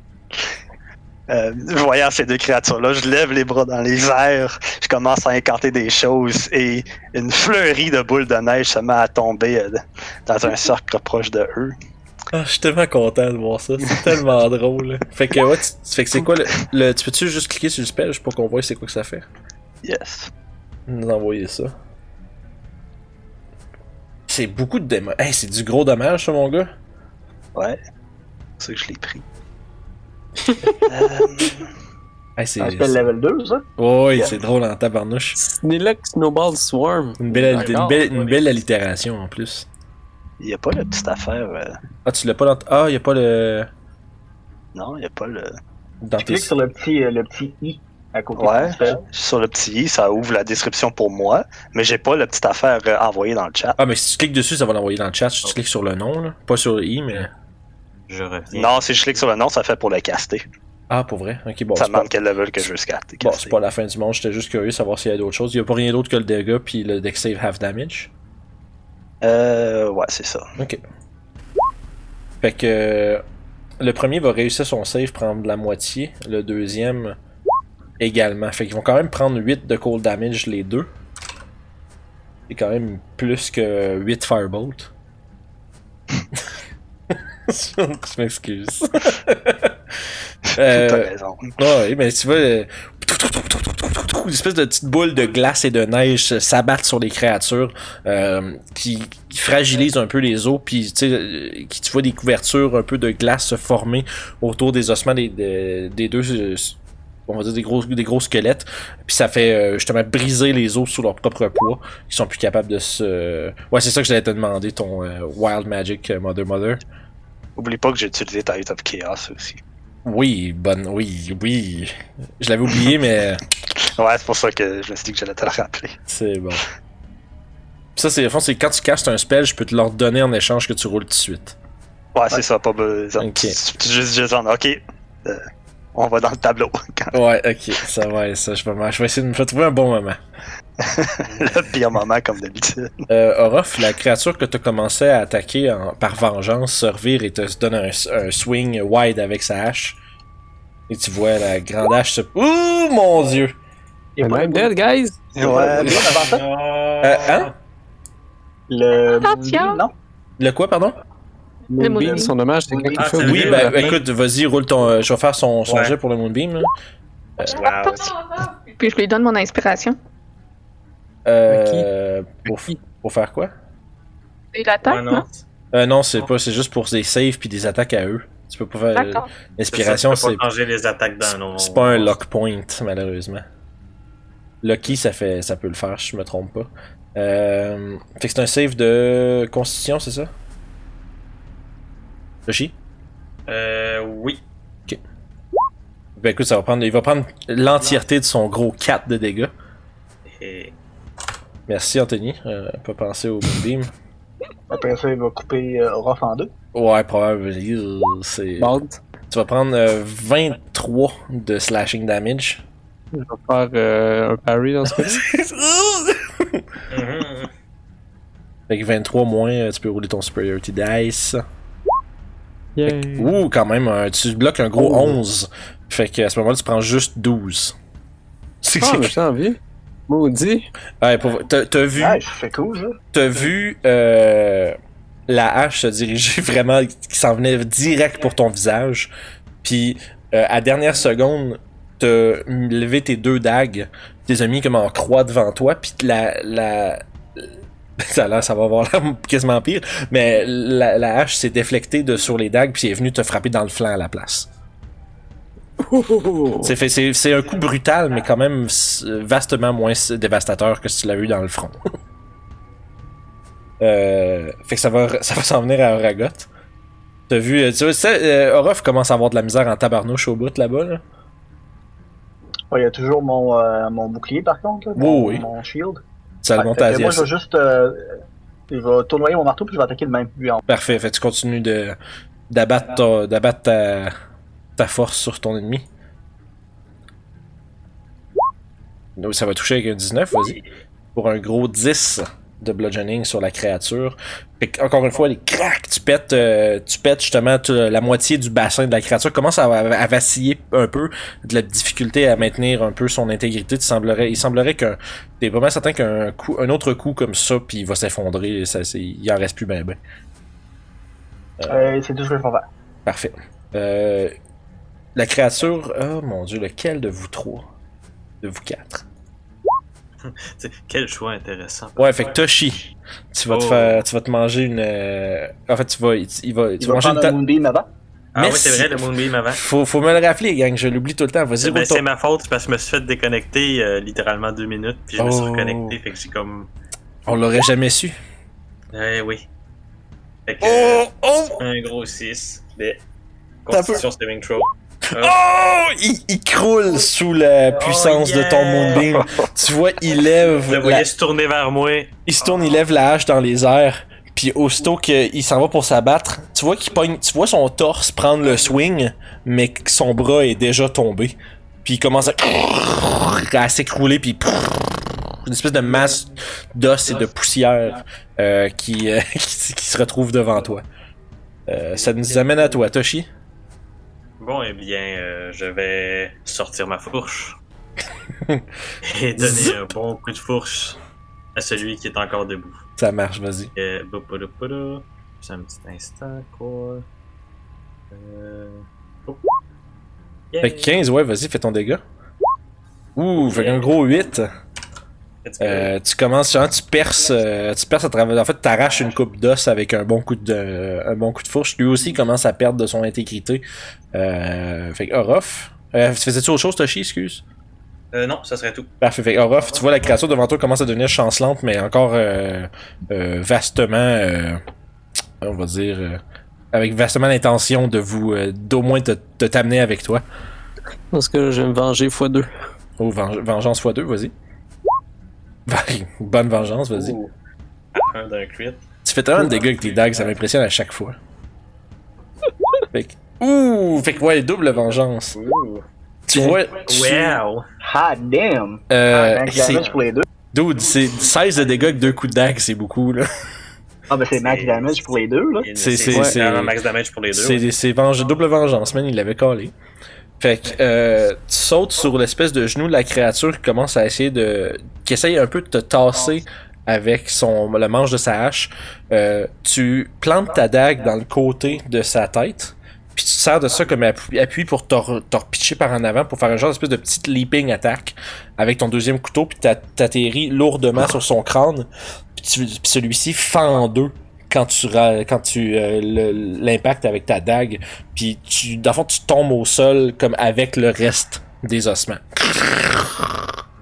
voyant ces deux créatures-là, je lève les bras dans les airs, je commence à incanter des choses et une fleurie de boules de neige se met à tomber dans un cercle proche de eux. Ah, je suis tellement content de voir ça, c'est tellement drôle. Fait que ouais, fait que c'est quoi tu peux-tu juste cliquer sur le spell juste pour qu'on voit c'est quoi que ça fait? Yes. Nous envoyer ça. C'est beaucoup de dommages. Hey, c'est du gros dommage ça mon gars? Ouais. C'est ça que je l'ai pris. Hey, c'est Un spell level 2, ça? oui, yeah. C'est drôle en tabarnouche. Snilock Snowball Swarm. Une belle allitération en plus. Il n'y a pas la petite affaire. Ah, tu l'as pas dans... Ah, il y a pas le... Non, il n'y a pas le... Dans Tu cliques sur le petit I à côté ouais, du spell. sur le petit I, ça ouvre la description pour moi, mais j'ai pas la petite affaire envoyée dans le chat. Ah, mais si tu cliques dessus, ça va l'envoyer dans le chat. Si tu cliques sur le nom, là. Pas sur le I, mais... Je reviens. Non, si je clique sur le nom, ça fait pour le caster. Ah, pour vrai? Ok, bon. Ça demande quel level que je veux caster. Bon, c'est pas la fin du monde. J'étais juste curieux de savoir s'il y a d'autres choses. Il y a pas rien d'autre que le dégât puis le dex save half damage. Ouais, c'est ça. Ok. Fait que le premier va réussir son save, prendre la moitié. Le deuxième également. Fait qu'ils vont quand même prendre 8 de cold damage les deux. C'est quand même plus que 8 firebolt. Je m'excuse. T'as raison. Ouais, mais tu vois, une espèce de petite boule de glace et de neige s'abattent sur les créatures qui fragilisent un peu les os, puis tu vois des couvertures un peu de glace se former autour des ossements des deux, on va dire des gros squelettes, puis ça fait justement briser les os sous leur propre poids, qui sont plus capables de se... Ouais, c'est ça que j'allais te demander, ton Wild Magic Mother. Oublie pas que j'ai utilisé Tide of Chaos aussi. Oui, oui. Je l'avais oublié, mais... Ouais, c'est pour ça que je me suis dit que j'allais te le rappeler. C'est bon. Ça, c'est quand tu castes un spell, je peux te leur donner en échange que tu roules tout de suite. Ouais, c'est ça, pas besoin. Ok. Juste genre, ok, on va dans le tableau. Ouais, ok, ça va, ça, je vais essayer de me faire trouver un bon moment. Le pire moment, comme d'habitude. Orof, la créature que tu as commencé à attaquer par vengeance se revire et te donne un swing wide avec sa hache. Et tu vois la grande hache se... Ouh, mon dieu! And I'm dead, guys! Ouais. Hein? Attention! Non. Le quoi, pardon? Le Moonbeam. Moonbeam, son dommage, c'est quand il fait... c'est Oui, vrai. ben écoute, vas-y, roule ton... je vais faire son Ouais. jet pour le Moonbeam, là. Wow. Puis je lui donne mon inspiration. Pour faire quoi? Et l'attaque, Ouais, non? Non, c'est juste pour des saves puis des attaques à eux. Tu peux pas faire... D'accord. L'inspiration, c'est pas changer les attaques dans non. c'est pas un lock point, malheureusement. Lucky, ça peut le faire, si je me trompe pas. Fait que c'est un save de Constitution, c'est ça? Toshi? Oui. Ben écoute, il va prendre l'entièreté de son gros 4 de dégâts. Et... Merci Anthony, pas penser au Moonbeam. Après ça, il va couper Orof en 2. Ouais, probablement. C'est... Bad. Tu vas prendre 23 de slashing damage. Je vais faire un parry dans ce cas-là. Fait que 23 moins, tu peux rouler ton superiority dice. Yay. Ouh, quand même, tu bloques un gros 11. Fait que à ce moment-là, tu prends juste 12. Ah, mais j'ai envie. Maudit. Ouais, t'as vu... Ouais, c'est cool, ça. T'as vu la hache se diriger vraiment, qui s'en venait direct pour ton visage. Puis à dernière seconde, t'as levé tes 2 dagues, tu les as mis comme en croix devant toi, puis ça va avoir l'air quasiment pire, mais la hache s'est déflectée sur les dagues, puis elle est venue te frapper dans le flanc à la place. C'est un coup brutal, mais quand même vastement moins dévastateur que si tu l'avais eu dans le front. Fait que ça va s'en venir à Oragot. T'as vu, tu vois, Orof commence à avoir de la misère en tabarnouche au bout là-bas. Là. Ouais, il y a toujours mon bouclier par contre, là, oui. mon shield. Ça le monte à moi, je vais juste. Je vais tournoyer mon marteau puis je vais attaquer le même but en. Parfait, fait que tu continues d'abattre ta force sur ton ennemi. Donc, ça va toucher avec un 19, vas-y. Pour un gros 10 de bludgeoning sur la créature. Fait que, encore une fois, les crack, tu pètes justement la moitié du bassin de la créature. Commence à vaciller un peu, de la difficulté à maintenir un peu son intégrité. Il semblerait que t'es vraiment certain un autre coup comme ça, puis il va s'effondrer. Il en reste plus ben. C'est tout ce que je vais faire. Parfait. La créature, oh mon dieu, lequel de vous trois? De vous quatre? Quel choix intéressant. Ouais, fait que Toshi, tu vas te manger une. En fait, tu vas manger une un Moonbeam avant. Ah oui, c'est vrai, le Moonbeam avant. Faut me le rappeler, gang, je l'oublie tout le temps. Vas-y, Ben, c'est ma faute, parce que je me suis fait déconnecter littéralement 2 minutes, puis je me suis reconnecté, fait que j'ai comme. On l'aurait jamais su. Oui. Fait que. Un gros 6. Mais. Constitution saving throw. Oh! Il croule sous la puissance de ton Moonbeam. Tu vois, il lève. Je le voyais se tourner vers moi. Il se tourne, il lève la hache dans les airs. Puis aussitôt qu'il s'en va pour s'abattre, tu vois qu'il pogne. Tu vois son torse prendre le swing, mais que son bras est déjà tombé. Puis il commence à s'écrouler, puis une espèce de masse d'os et de poussière qui se retrouve devant toi. Ça nous amène à toi, Toshi. Bon, eh bien, je vais sortir ma fourche et donner un bon coup de fourche à celui qui est encore debout. Ça marche, vas-y. C'est un petit instant, quoi. Fait que 15, ouais, vas-y, fais ton dégât. Ouh, fait un gros 8. Tu commences, genre, tu perces à travers. En fait, t'arraches une coupe d'os avec un bon coup de fourche. Lui aussi commence à perdre de son intégrité. Fait que Orof. Faisais-tu autre chose, Toshi, excuse? Non, ça serait tout. Parfait. Fait que Orof, tu vois la créature devant toi commence à devenir chancelante, mais encore vastement, on va dire, avec vastement l'intention de d'au moins te t'amener avec toi. Parce que je vais me venger x2. Oh, vengeance x2, vas-y. Bonne vengeance, vas-y. Un d'un crit. Tu fais tellement de dégâts avec tes dagues, ça m'impressionne à chaque fois. Fait que ouais, double vengeance. Tu vois. Wow! Ah, damn! Max damage pour les deux. Dude, c'est 16 de dégâts avec 2 coups de dague, c'est beaucoup, là. Ah, ben c'est max damage pour les deux, là. C'est un max damage pour les deux. C'est double vengeance, man, il l'avait collé. Fait que tu sautes sur l'espèce de genou de la créature qui commence à essayer qui essaye un peu de te tasser avec le manche de sa hache. Tu plantes ta dague dans le côté de sa tête, puis tu te sers de ça comme appui pour te repitcher par en avant pour faire un genre d'espèce de petite leaping attack avec ton deuxième couteau, puis t'atterris lourdement sur son crâne, puis celui-ci fend en deux quand tu l'impactes avec ta dague, puis dans le fond tu tombes au sol comme avec le reste des ossements.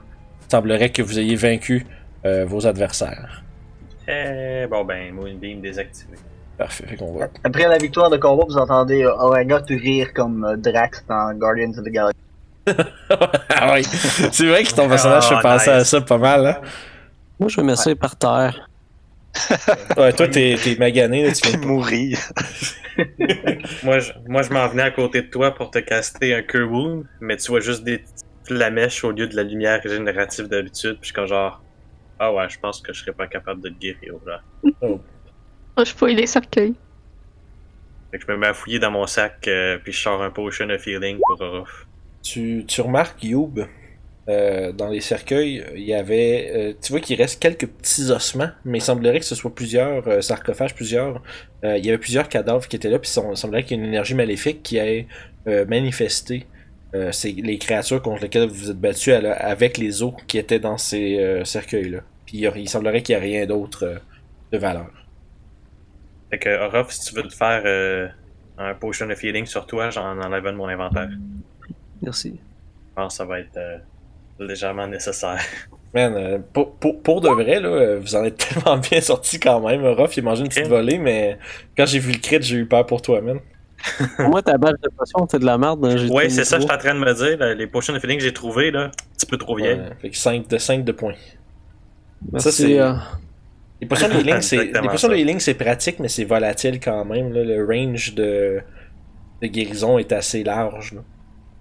semblerait que vous ayez vaincu vos adversaires. Bon ben, Moonbeam désactivé. Parfait, fait qu'on va. Après la victoire de combat, vous entendez Auragot rire comme Drax dans Guardians of the Galaxy. Ah oui, c'est vrai que ton personnage fait penser à ça pas mal, hein? Moi, je vais m'asseoir par terre. Ouais, toi, t'es magané, là, tu Puis viens de mourir. Moi, je m'en venais à côté de toi pour te caster un Cure Wound, mais tu vois juste des flamèches au lieu de la lumière régénérative d'habitude, puis je suis comme genre, ah ouais, je pense que je serais pas capable de te guérir, là. Je fouille les cercueils. Fait que je me mets à fouiller dans mon sac, puis je sors un Potion of Healing pour Orof. Tu remarques, Youb, dans les cercueils, il y avait. Tu vois qu'il reste quelques petits ossements, mais il semblerait que ce soit plusieurs sarcophages, plusieurs. Il y avait plusieurs cadavres qui étaient là, puis il semblerait qu'il y ait une énergie maléfique qui ait manifesté c'est les créatures contre lesquelles vous vous êtes battus avec les os qui étaient dans ces cercueils-là. Puis il semblerait qu'il n'y a rien d'autre de valeur. Fait que Orof, si tu veux te faire un Potion of Healing sur toi, j'en enlève un de mon inventaire. Merci. Je pense que ça va être légèrement nécessaire. Man, pour de vrai, là, vous en êtes tellement bien sorti quand même. Ruff, il a mangé une petite volée, mais quand j'ai vu le crit, j'ai eu peur pour toi, man. Pour moi, ta bâche de potion, c'est de la merde. Ouais, c'est ça, je suis en train de me dire. Là, les potions de feeling que j'ai trouvées, là, un petit peu trop vieilles. Ouais, fait que 5 de points. Merci, ça, c'est. Les potions de healing, Exactement c'est pratique, mais c'est volatile quand même. Là. Le range de guérison est assez large. Là.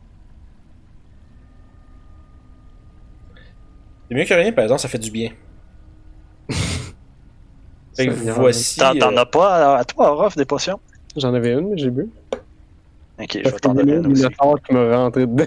C'est mieux que rien, par exemple, ça fait du bien. Fait que voici. T'en as pas à toi, Orof, des potions? J'en avais une, mais j'ai bu. Ok, je vais t'en donner une aussi. Qui m'a rentré dedans.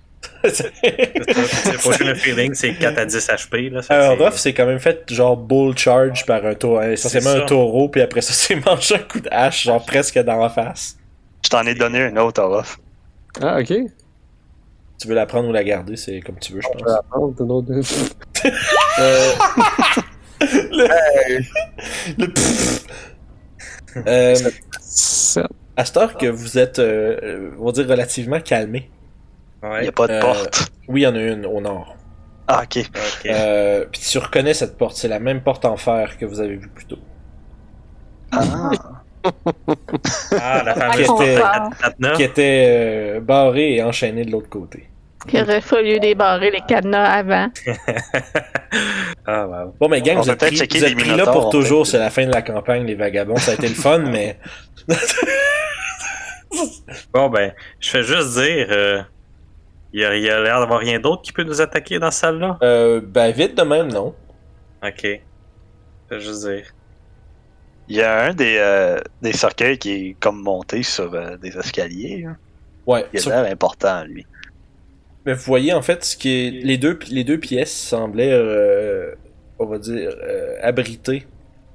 Les potions de feeling, c'est 4 à 10 HP. Là, Ruff, c'est quand même fait genre bull charge par un taureau, essentiellement un taureau, puis après ça, c'est mangé un coup de hache, genre presque dans la face. Je t'en ai donné une autre, Orof. Ah, ok. Tu veux la prendre ou la garder, c'est comme tu veux, je pense. Je vais la prendre, une autre. À cette heure que vous êtes, on va dire, relativement calmé. Ouais. Il n'y a pas de porte. Oui, il y en a une au nord. Ah, ok. Puis tu reconnais cette porte, c'est la même porte en fer que vous avez vue plus tôt. Ah. Ah, la fameuse porte à 4 qui était barrée et enchaînée de l'autre côté. Il aurait fallu débarrer les cadenas avant. Ah, wow. Bon, mais gang, On vous êtes peut pris, checker vous êtes les pris là Minotaures, pour en toujours, fait. c'est la fin de la campagne, les vagabonds, ça a été le fun, mais... Bon, ben, je fais juste dire, il y a l'air d'avoir rien d'autre qui peut nous attaquer dans cette salle-là. Ben, vite de même, non. Ok. Je fais juste dire. Il y a un des cercueils qui est comme monté sur des escaliers. Hein. Ouais, Il a l'air important, lui. mais vous voyez, en fait, ce qui est les deux pièces semblaient, on va dire, abriter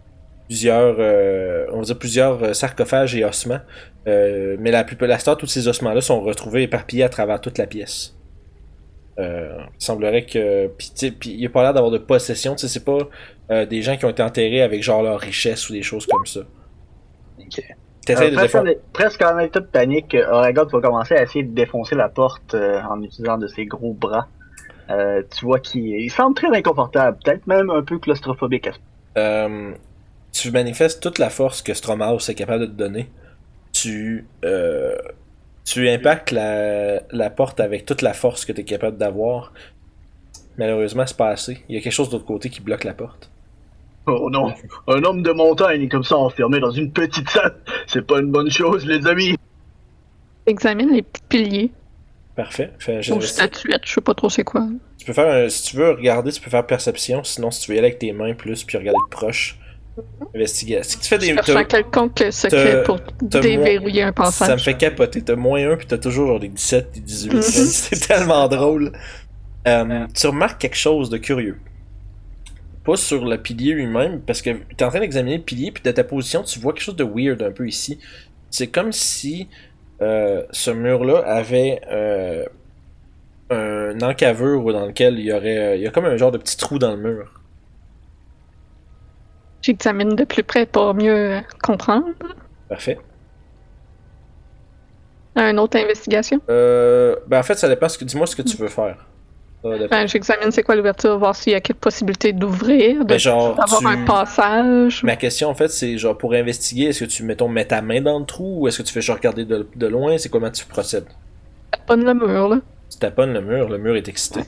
plusieurs sarcophages et ossements. Mais la plupart, tous ces ossements-là sont retrouvés éparpillés à travers toute la pièce. Il semblerait que... Puis il n'y a pas l'air d'avoir de possession. C'est pas des gens qui ont été enterrés avec genre leur richesse ou des choses comme ça. Ok. Presque en état de panique, Auragot va commencer à essayer de défoncer la porte en utilisant de ses gros bras. Tu vois qu'il semble très inconfortable, peut-être même un peu claustrophobique. Tu manifestes toute la force que Stromhaus est capable de te donner. Tu impactes la porte avec toute la force que tu es capable d'avoir. Malheureusement, c'est pas assez. Il y a quelque chose de l'autre côté qui bloque la porte. Oh non, un homme de montagne comme ça enfermé dans une petite salle, c'est pas une bonne chose, les amis. Examine les petits piliers. Parfait. Ou statuettes, je sais pas trop c'est quoi. Tu peux faire si tu veux regarder, tu peux faire perception. Sinon, si tu veux y aller avec tes mains plus puis regarder de proche, investiguer. Si tu fais des. Je cherche un quelconque secret pour déverrouiller un passage. Ça me fait capoter. T'as moins 1 puis t'as toujours genre des 17, des 18. C'est tellement drôle. Tu remarques quelque chose de curieux. Pas sur le pilier lui-même, parce que t'es en train d'examiner le pilier, puis de ta position, tu vois quelque chose de weird un peu ici. C'est comme si ce mur-là avait un encavure dans lequel il y a comme un genre de petit trou dans le mur. J'examine de plus près pour mieux comprendre. Parfait. Une autre investigation? Ben en fait, ça dépend. Dis-moi ce que tu veux faire. J'examine c'est quoi l'ouverture, voir s'il y a quelques possibilités d'ouvrir, Ben, genre, d'avoir un passage. Ma question, en fait, c'est genre pour investiguer, est-ce que tu, mettons, mets ta main dans le trou ou est-ce que tu fais genre regarder de loin? C'est comment tu procèdes? Taponne le mur, là. Tu taponnes le mur est excité.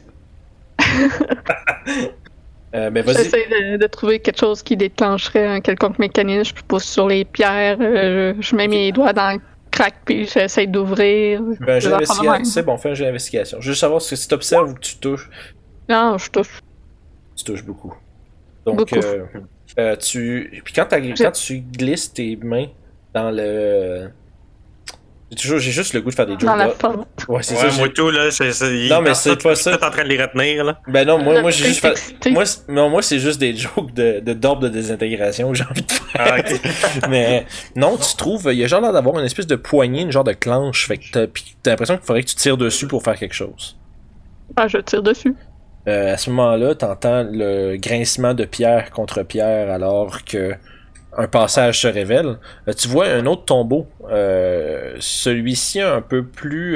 Ben vas-y. J'essaie de trouver quelque chose qui déclencherait un quelconque mécanisme. Je pousse sur les pierres, je mets mes doigts dans le crack, puis j'essaie d'ouvrir. Ben, c'est bon, fais un jeu d'investigation. Juste savoir si tu observes ou que tu touches. Non, je touche. Tu touches beaucoup. Donc, Beaucoup. Puis quand tu glisses tes mains dans le. J'ai juste le goût de faire des jokes. Dans la forme. Ouais, c'est Ouais, ça. moi tout, là, Non, mais c'est pas ça. T'es en train de les retenir, là. Ben non, moi j'ai juste fait. Excité. Moi c'est juste des jokes d'ordre de désintégration que j'ai envie de faire. Ah, ok. Mais non, tu trouves, il y a genre l'air d'avoir une espèce de poignée, une genre de clenche. Fait que t'as l'impression qu'il faudrait que tu tires dessus pour faire quelque chose. Ah, je tire dessus. À ce moment-là, t'entends le grincement de pierre contre pierre alors que un passage se révèle. Tu vois un autre tombeau. Celui-ci un peu plus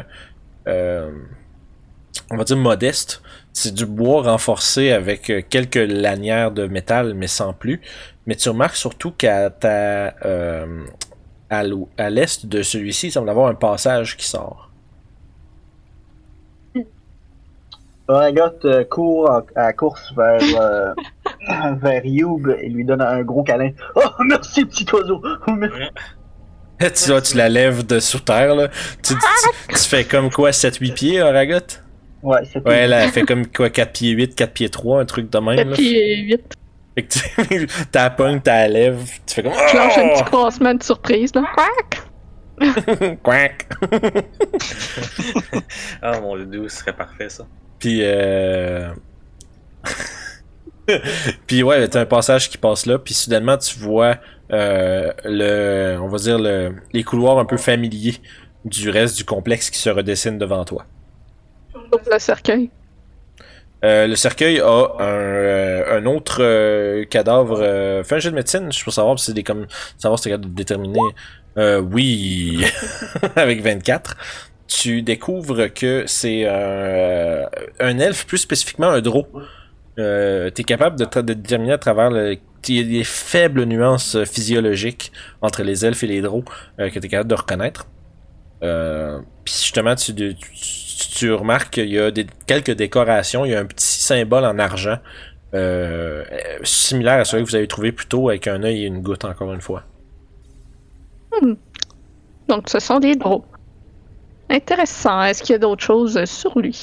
on va dire modeste. C'est du bois renforcé avec quelques lanières de métal, mais sans plus. Mais tu remarques surtout qu'à à l'est de celui-ci, il semble avoir un passage qui sort. Oragot court à la course vers Youb et lui donne un gros câlin. Oh, merci, petit oiseau! Tu la lèves de sous terre, là. Tu fais comme quoi, 7-8 pieds, Oragot? Ouais, c'est Ouais, là, elle fait comme quoi, 4 pieds 8, 4 pieds 3, un truc de même. 4 Là. pieds 8. Fait que t'as pogne, t'as la lève, tu fais comme. Je lâche un petit croissement de surprise, là. Quack! Quack! Ah, mon Dieu, ce serait parfait, ça. Puis, puis ouais, t'as un passage qui passe là, puis soudainement tu vois on va dire les couloirs un peu familiers du reste du complexe qui se redessine devant toi. Donc le cercueil. Le cercueil a un autre cadavre. Fais un jet de médecine, je peux savoir si c'est savoir si t'es capable de déterminer. Oui, avec 24. Tu découvres que c'est un elfe, plus spécifiquement un drow. T'es capable de déterminer à travers il y a des faibles nuances physiologiques entre les elfes et les drows que t'es capable de reconnaître. Puis justement, tu remarques qu'il y a quelques décorations. Il y a un petit symbole en argent similaire à celui que vous avez trouvé plus tôt avec un œil et une goutte, encore une fois. Donc ce sont des drôles. Intéressant. Est-ce qu'il y a d'autres choses sur lui?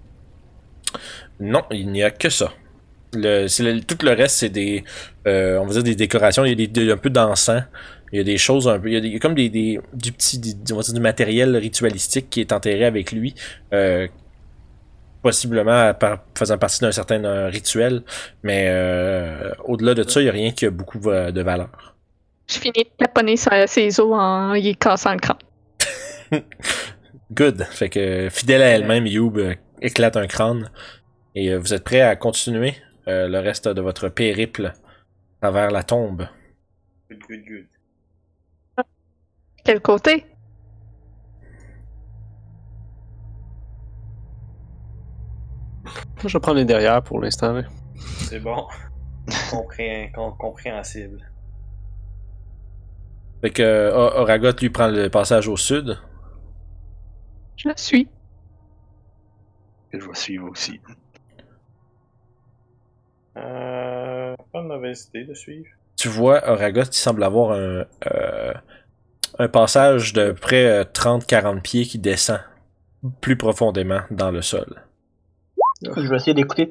Non, il n'y a que ça. Tout le reste, c'est des, on va dire des décorations. Il y a un peu d'encens. Il y a des choses un peu. Il y a comme on va dire du matériel ritualistique qui est enterré avec lui, possiblement faisant partie d'un certain rituel. Mais au-delà de ça, il n'y a rien qui a beaucoup de valeur. Je finis de taponner ses os en y cassant le crâne. Good. Fait que fidèle à elle-même, Youb éclate un crâne. Et vous êtes prêts à continuer le reste de votre périple à travers la tombe. Good. Quel côté? Je vais prendre les derrière pour l'instant. Là. C'est bon. Compréhensible. Fait que Oragot lui prend le passage au sud. Je le suis. Je vais suivre aussi. Pas de mauvaise idée de suivre. Tu vois Oragot qui semble avoir un passage de près 30-40 pieds qui descend plus profondément dans le sol. Je vais essayer d'écouter.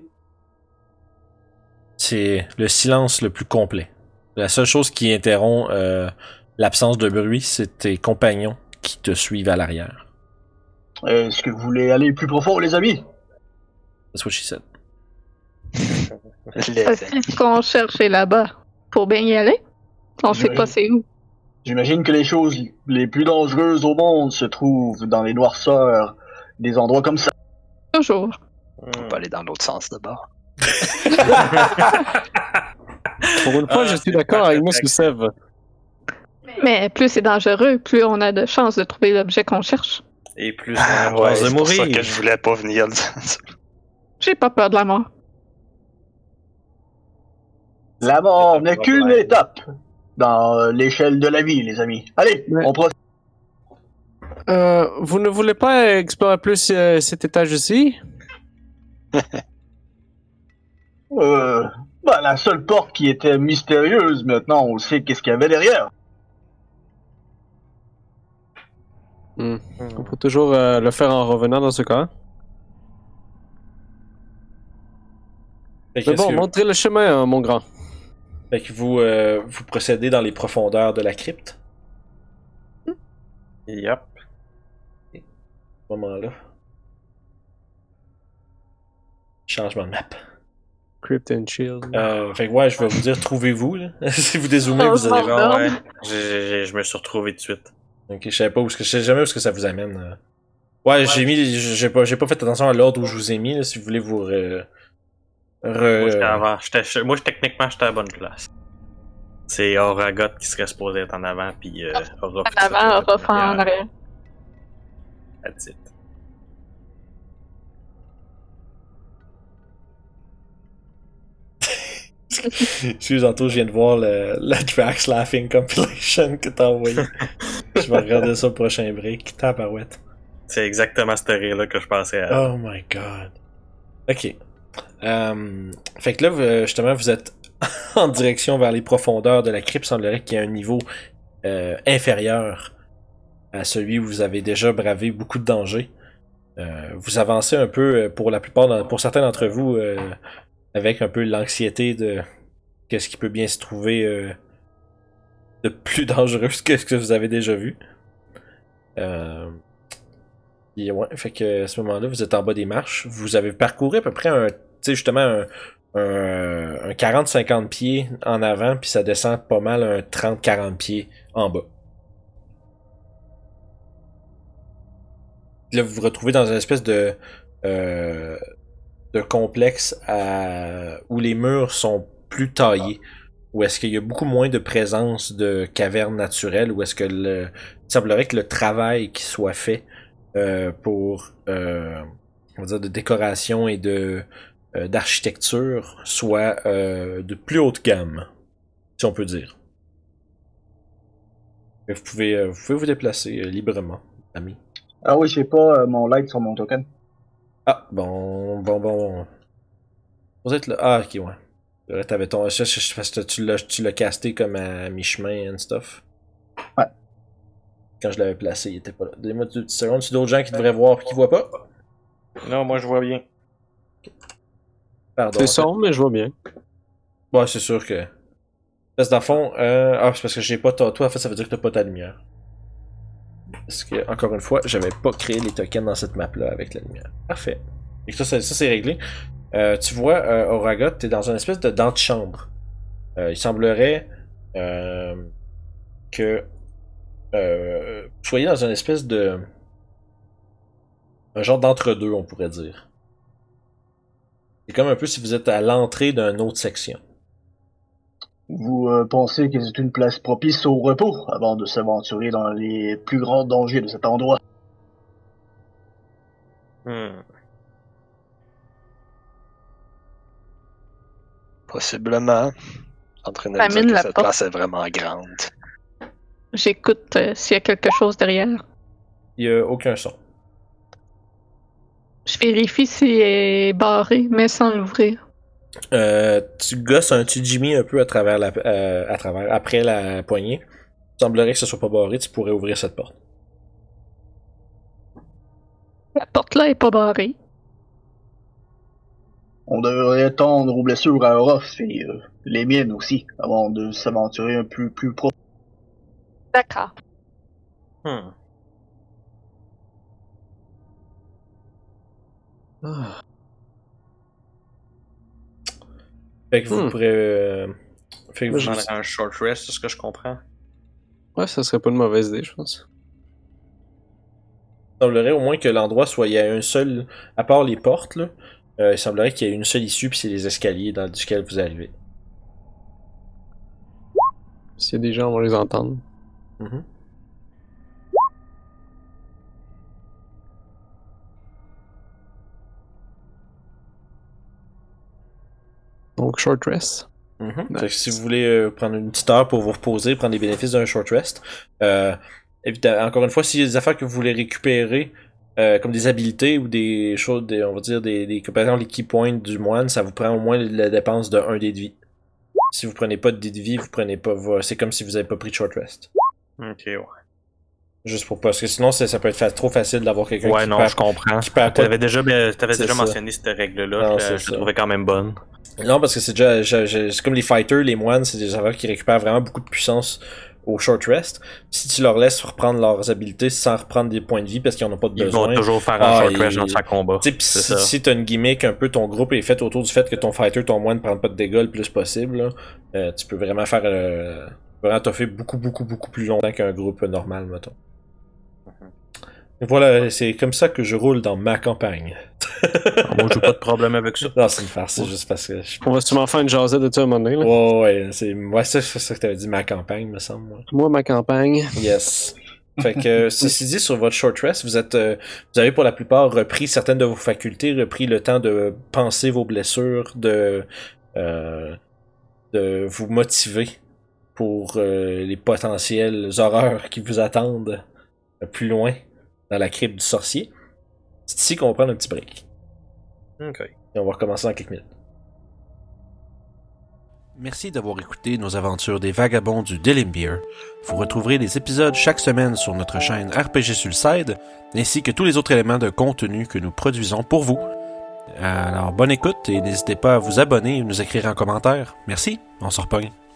C'est le silence le plus complet. La seule chose qui interrompt l'absence de bruit, c'est tes compagnons qui te suivent à l'arrière. Est-ce que vous voulez aller plus profond, les amis? That's what she said. Ce qu'on cherche est là-bas. Faut bien y aller. On sait pas c'est où. J'imagine que les choses les plus dangereuses au monde se trouvent dans les noirceurs des endroits comme ça. Toujours. On peut aller dans l'autre sens d'abord. Pour une fois, je suis d'accord avec moi, Sève. Mais plus c'est dangereux, plus on a de chances de trouver l'objet qu'on cherche. Et plus on a de C'est pour mourir. ça que je voulais pas venir. J'ai pas peur de la mort. La mort n'est Pas de qu'une problème. étape dans l'échelle de la vie, les amis. Allez, Ouais. on procède. Vous ne voulez pas explorer plus cet étage ici? La seule porte qui était mystérieuse, maintenant on sait qu'est-ce qu'il y avait derrière. On peut toujours le faire en revenant dans ce cas. Fait que, Mais bon, montrez le chemin, mon grand. fait que vous procédez dans les profondeurs de la crypte. Yep. À ce moment-là. Changement de map. Crypt and Shield. Fait que ouais, je vais vous dire, trouvez-vous. Là. Si vous dézoomez, vous allez voir. Non. Ouais. Je me suis retrouvé de suite. Ok, je savais pas où, je sais jamais où est-ce que ça vous amène. Ouais, j'ai pas fait attention à l'ordre où je vous ai mis, là, si vous voulez vous Moi, techniquement, j'étais à la bonne place. C'est Auragot qui serait supposé être en avant, puis Aura En avant, Orof en arrière. That's it. Excuse, tantôt, je viens de voir la Drax Laughing Compilation que t'as envoyé. Je vais regarder ça au prochain break. Tabarouette. C'est exactement ce rire-là que je pensais à. Oh my god. Ok. Fait que là, justement, vous êtes en direction vers les profondeurs de la crypte. Il semblerait qu'il y ait un niveau inférieur à celui où vous avez déjà bravé beaucoup de dangers. Vous avancez un peu, pour la plupart, pour certains d'entre vous, avec un peu l'anxiété de qu'est-ce qui peut bien se trouver de plus dangereux que ce que vous avez déjà vu. Et ouais, fait que à ce moment-là, vous êtes en bas des marches. Vous avez parcouru à peu près justement un 40-50 pieds en avant, puis ça descend pas mal un 30-40 pieds en bas. Là, vous vous retrouvez dans une espèce de complexe où les murs sont plus taillés, où est-ce qu'il y a beaucoup moins de présence de cavernes naturelles, où est-ce que il semblerait que le travail qui soit fait pour on va dire de décoration et de d'architecture soit de plus haute gamme, si on peut dire. Vous pouvez vous déplacer librement, ami. Ah oui, j'ai pas mon like sur mon token. Ah, bon. Vous êtes là. Ah, ok, ouais. Là, t'avais ton. Parce que tu l'as casté comme à mi-chemin and stuff. Ouais. Quand je l'avais placé, il était pas là. Donnez-moi 2 petites secondes. C'est d'autres gens qui devraient voir et qui voient pas. Non, moi, je vois bien. Pardon. C'est sombre, mais je vois bien. Ouais, c'est sûr que. Parce que dans le fond. C'est parce que j'ai pas toi, en fait, ça veut dire que t'as pas ta lumière. Parce que, encore une fois, j'avais pas créé les tokens dans cette map-là avec la lumière. Parfait. Et ça c'est réglé. Tu vois, Auragot, t'es dans une espèce d'antichambre. Il semblerait que vous soyez dans une espèce de. Un genre d'entre-deux, on pourrait dire. C'est comme un peu si vous êtes à l'entrée d'une autre section. Vous pensez que c'est une place propice au repos avant de s'aventurer dans les plus grands dangers de cet endroit? Possiblement. En train de me Amène dire que la cette porte. place est vraiment grande. J'écoute s'il y a quelque chose derrière. Il y a aucun son. Je vérifie s'il est barré, mais sans l'ouvrir. Tu gosses tu Jimmy un peu à travers après la poignée. Il semblerait que ce soit pas barré, tu pourrais ouvrir cette porte. La porte là est pas barrée. On devrait tendre aux blessures à Orof et les miennes aussi, avant de s'aventurer un peu plus profond. D'accord. Fait que vous pourrez. Fait que vous, J'en ai un short rest, c'est ce que je comprends. Ouais, ça serait pas une mauvaise idée, je pense. il semblerait au moins que l'endroit soit. Il y a un seul. À part les portes, là, il semblerait qu'il y ait une seule issue, puis c'est les escaliers dans lesquels vous arrivez. S'il y a des gens, on va les entendre. Mhm. Donc, short rest. Fait que si vous voulez prendre une petite heure pour vous reposer, prendre les bénéfices d'un short rest, évidemment, encore une fois, s'il y a des affaires que vous voulez récupérer, comme des habilités ou des choses, on va dire, par exemple les key points du moine, ça vous prend au moins la dépense de 1 dé de vie. Si vous prenez pas de dé de vie, vous prenez pas. C'est comme si vous avez pas pris de short rest. Ok, ouais. Juste pour parce que sinon ça peut être trop facile d'avoir quelqu'un Ouais, qui non, perd, je comprends. qui perd pas. T'avais déjà C'est ça. mentionné cette règle-là, Non, je c'est la ça. trouvais quand même bonne. Non, parce que c'est déjà. C'est comme les fighters, les moines, c'est des affaires qui récupèrent vraiment beaucoup de puissance au short rest. Si tu leur laisses reprendre leurs habilités sans reprendre des points de vie parce qu'ils en ont pas de Ils besoin. vont toujours faire un short rest dans chaque combat. Tu sais, pis si t'as une gimmick un peu, ton groupe est fait autour du fait que ton fighter, ton moine, prend pas de dégâts le plus possible, là, tu peux vraiment faire. Vraiment toffer beaucoup plus longtemps qu'un groupe normal, mettons. Et voilà, c'est comme ça que je roule dans ma campagne. Moi, j'ai pas de problème avec ça. Non, c'est une farce, c'est juste parce que. On va sûrement faire une jasette de ça à un moment donné. Là. Ouais, c'est ça que t'avais dit, ma campagne, me semble. Moi, ma campagne. Yes. Fait que, ceci dit, sur votre short rest, vous avez pour la plupart repris certaines de vos facultés, repris le temps de penser vos blessures, de vous motiver pour les potentielles horreurs qui vous attendent plus loin dans la crypte du sorcier. C'est ici qu'on va prendre un petit break. Ok. Et on va recommencer dans quelques minutes. Merci d'avoir écouté nos aventures des vagabonds du Delimbeer. Vous retrouverez les épisodes chaque semaine sur notre chaîne RPG Sulcide, ainsi que tous les autres éléments de contenu que nous produisons pour vous. Alors, bonne écoute et n'hésitez pas à vous abonner et nous écrire en commentaire. Merci, on se repogne.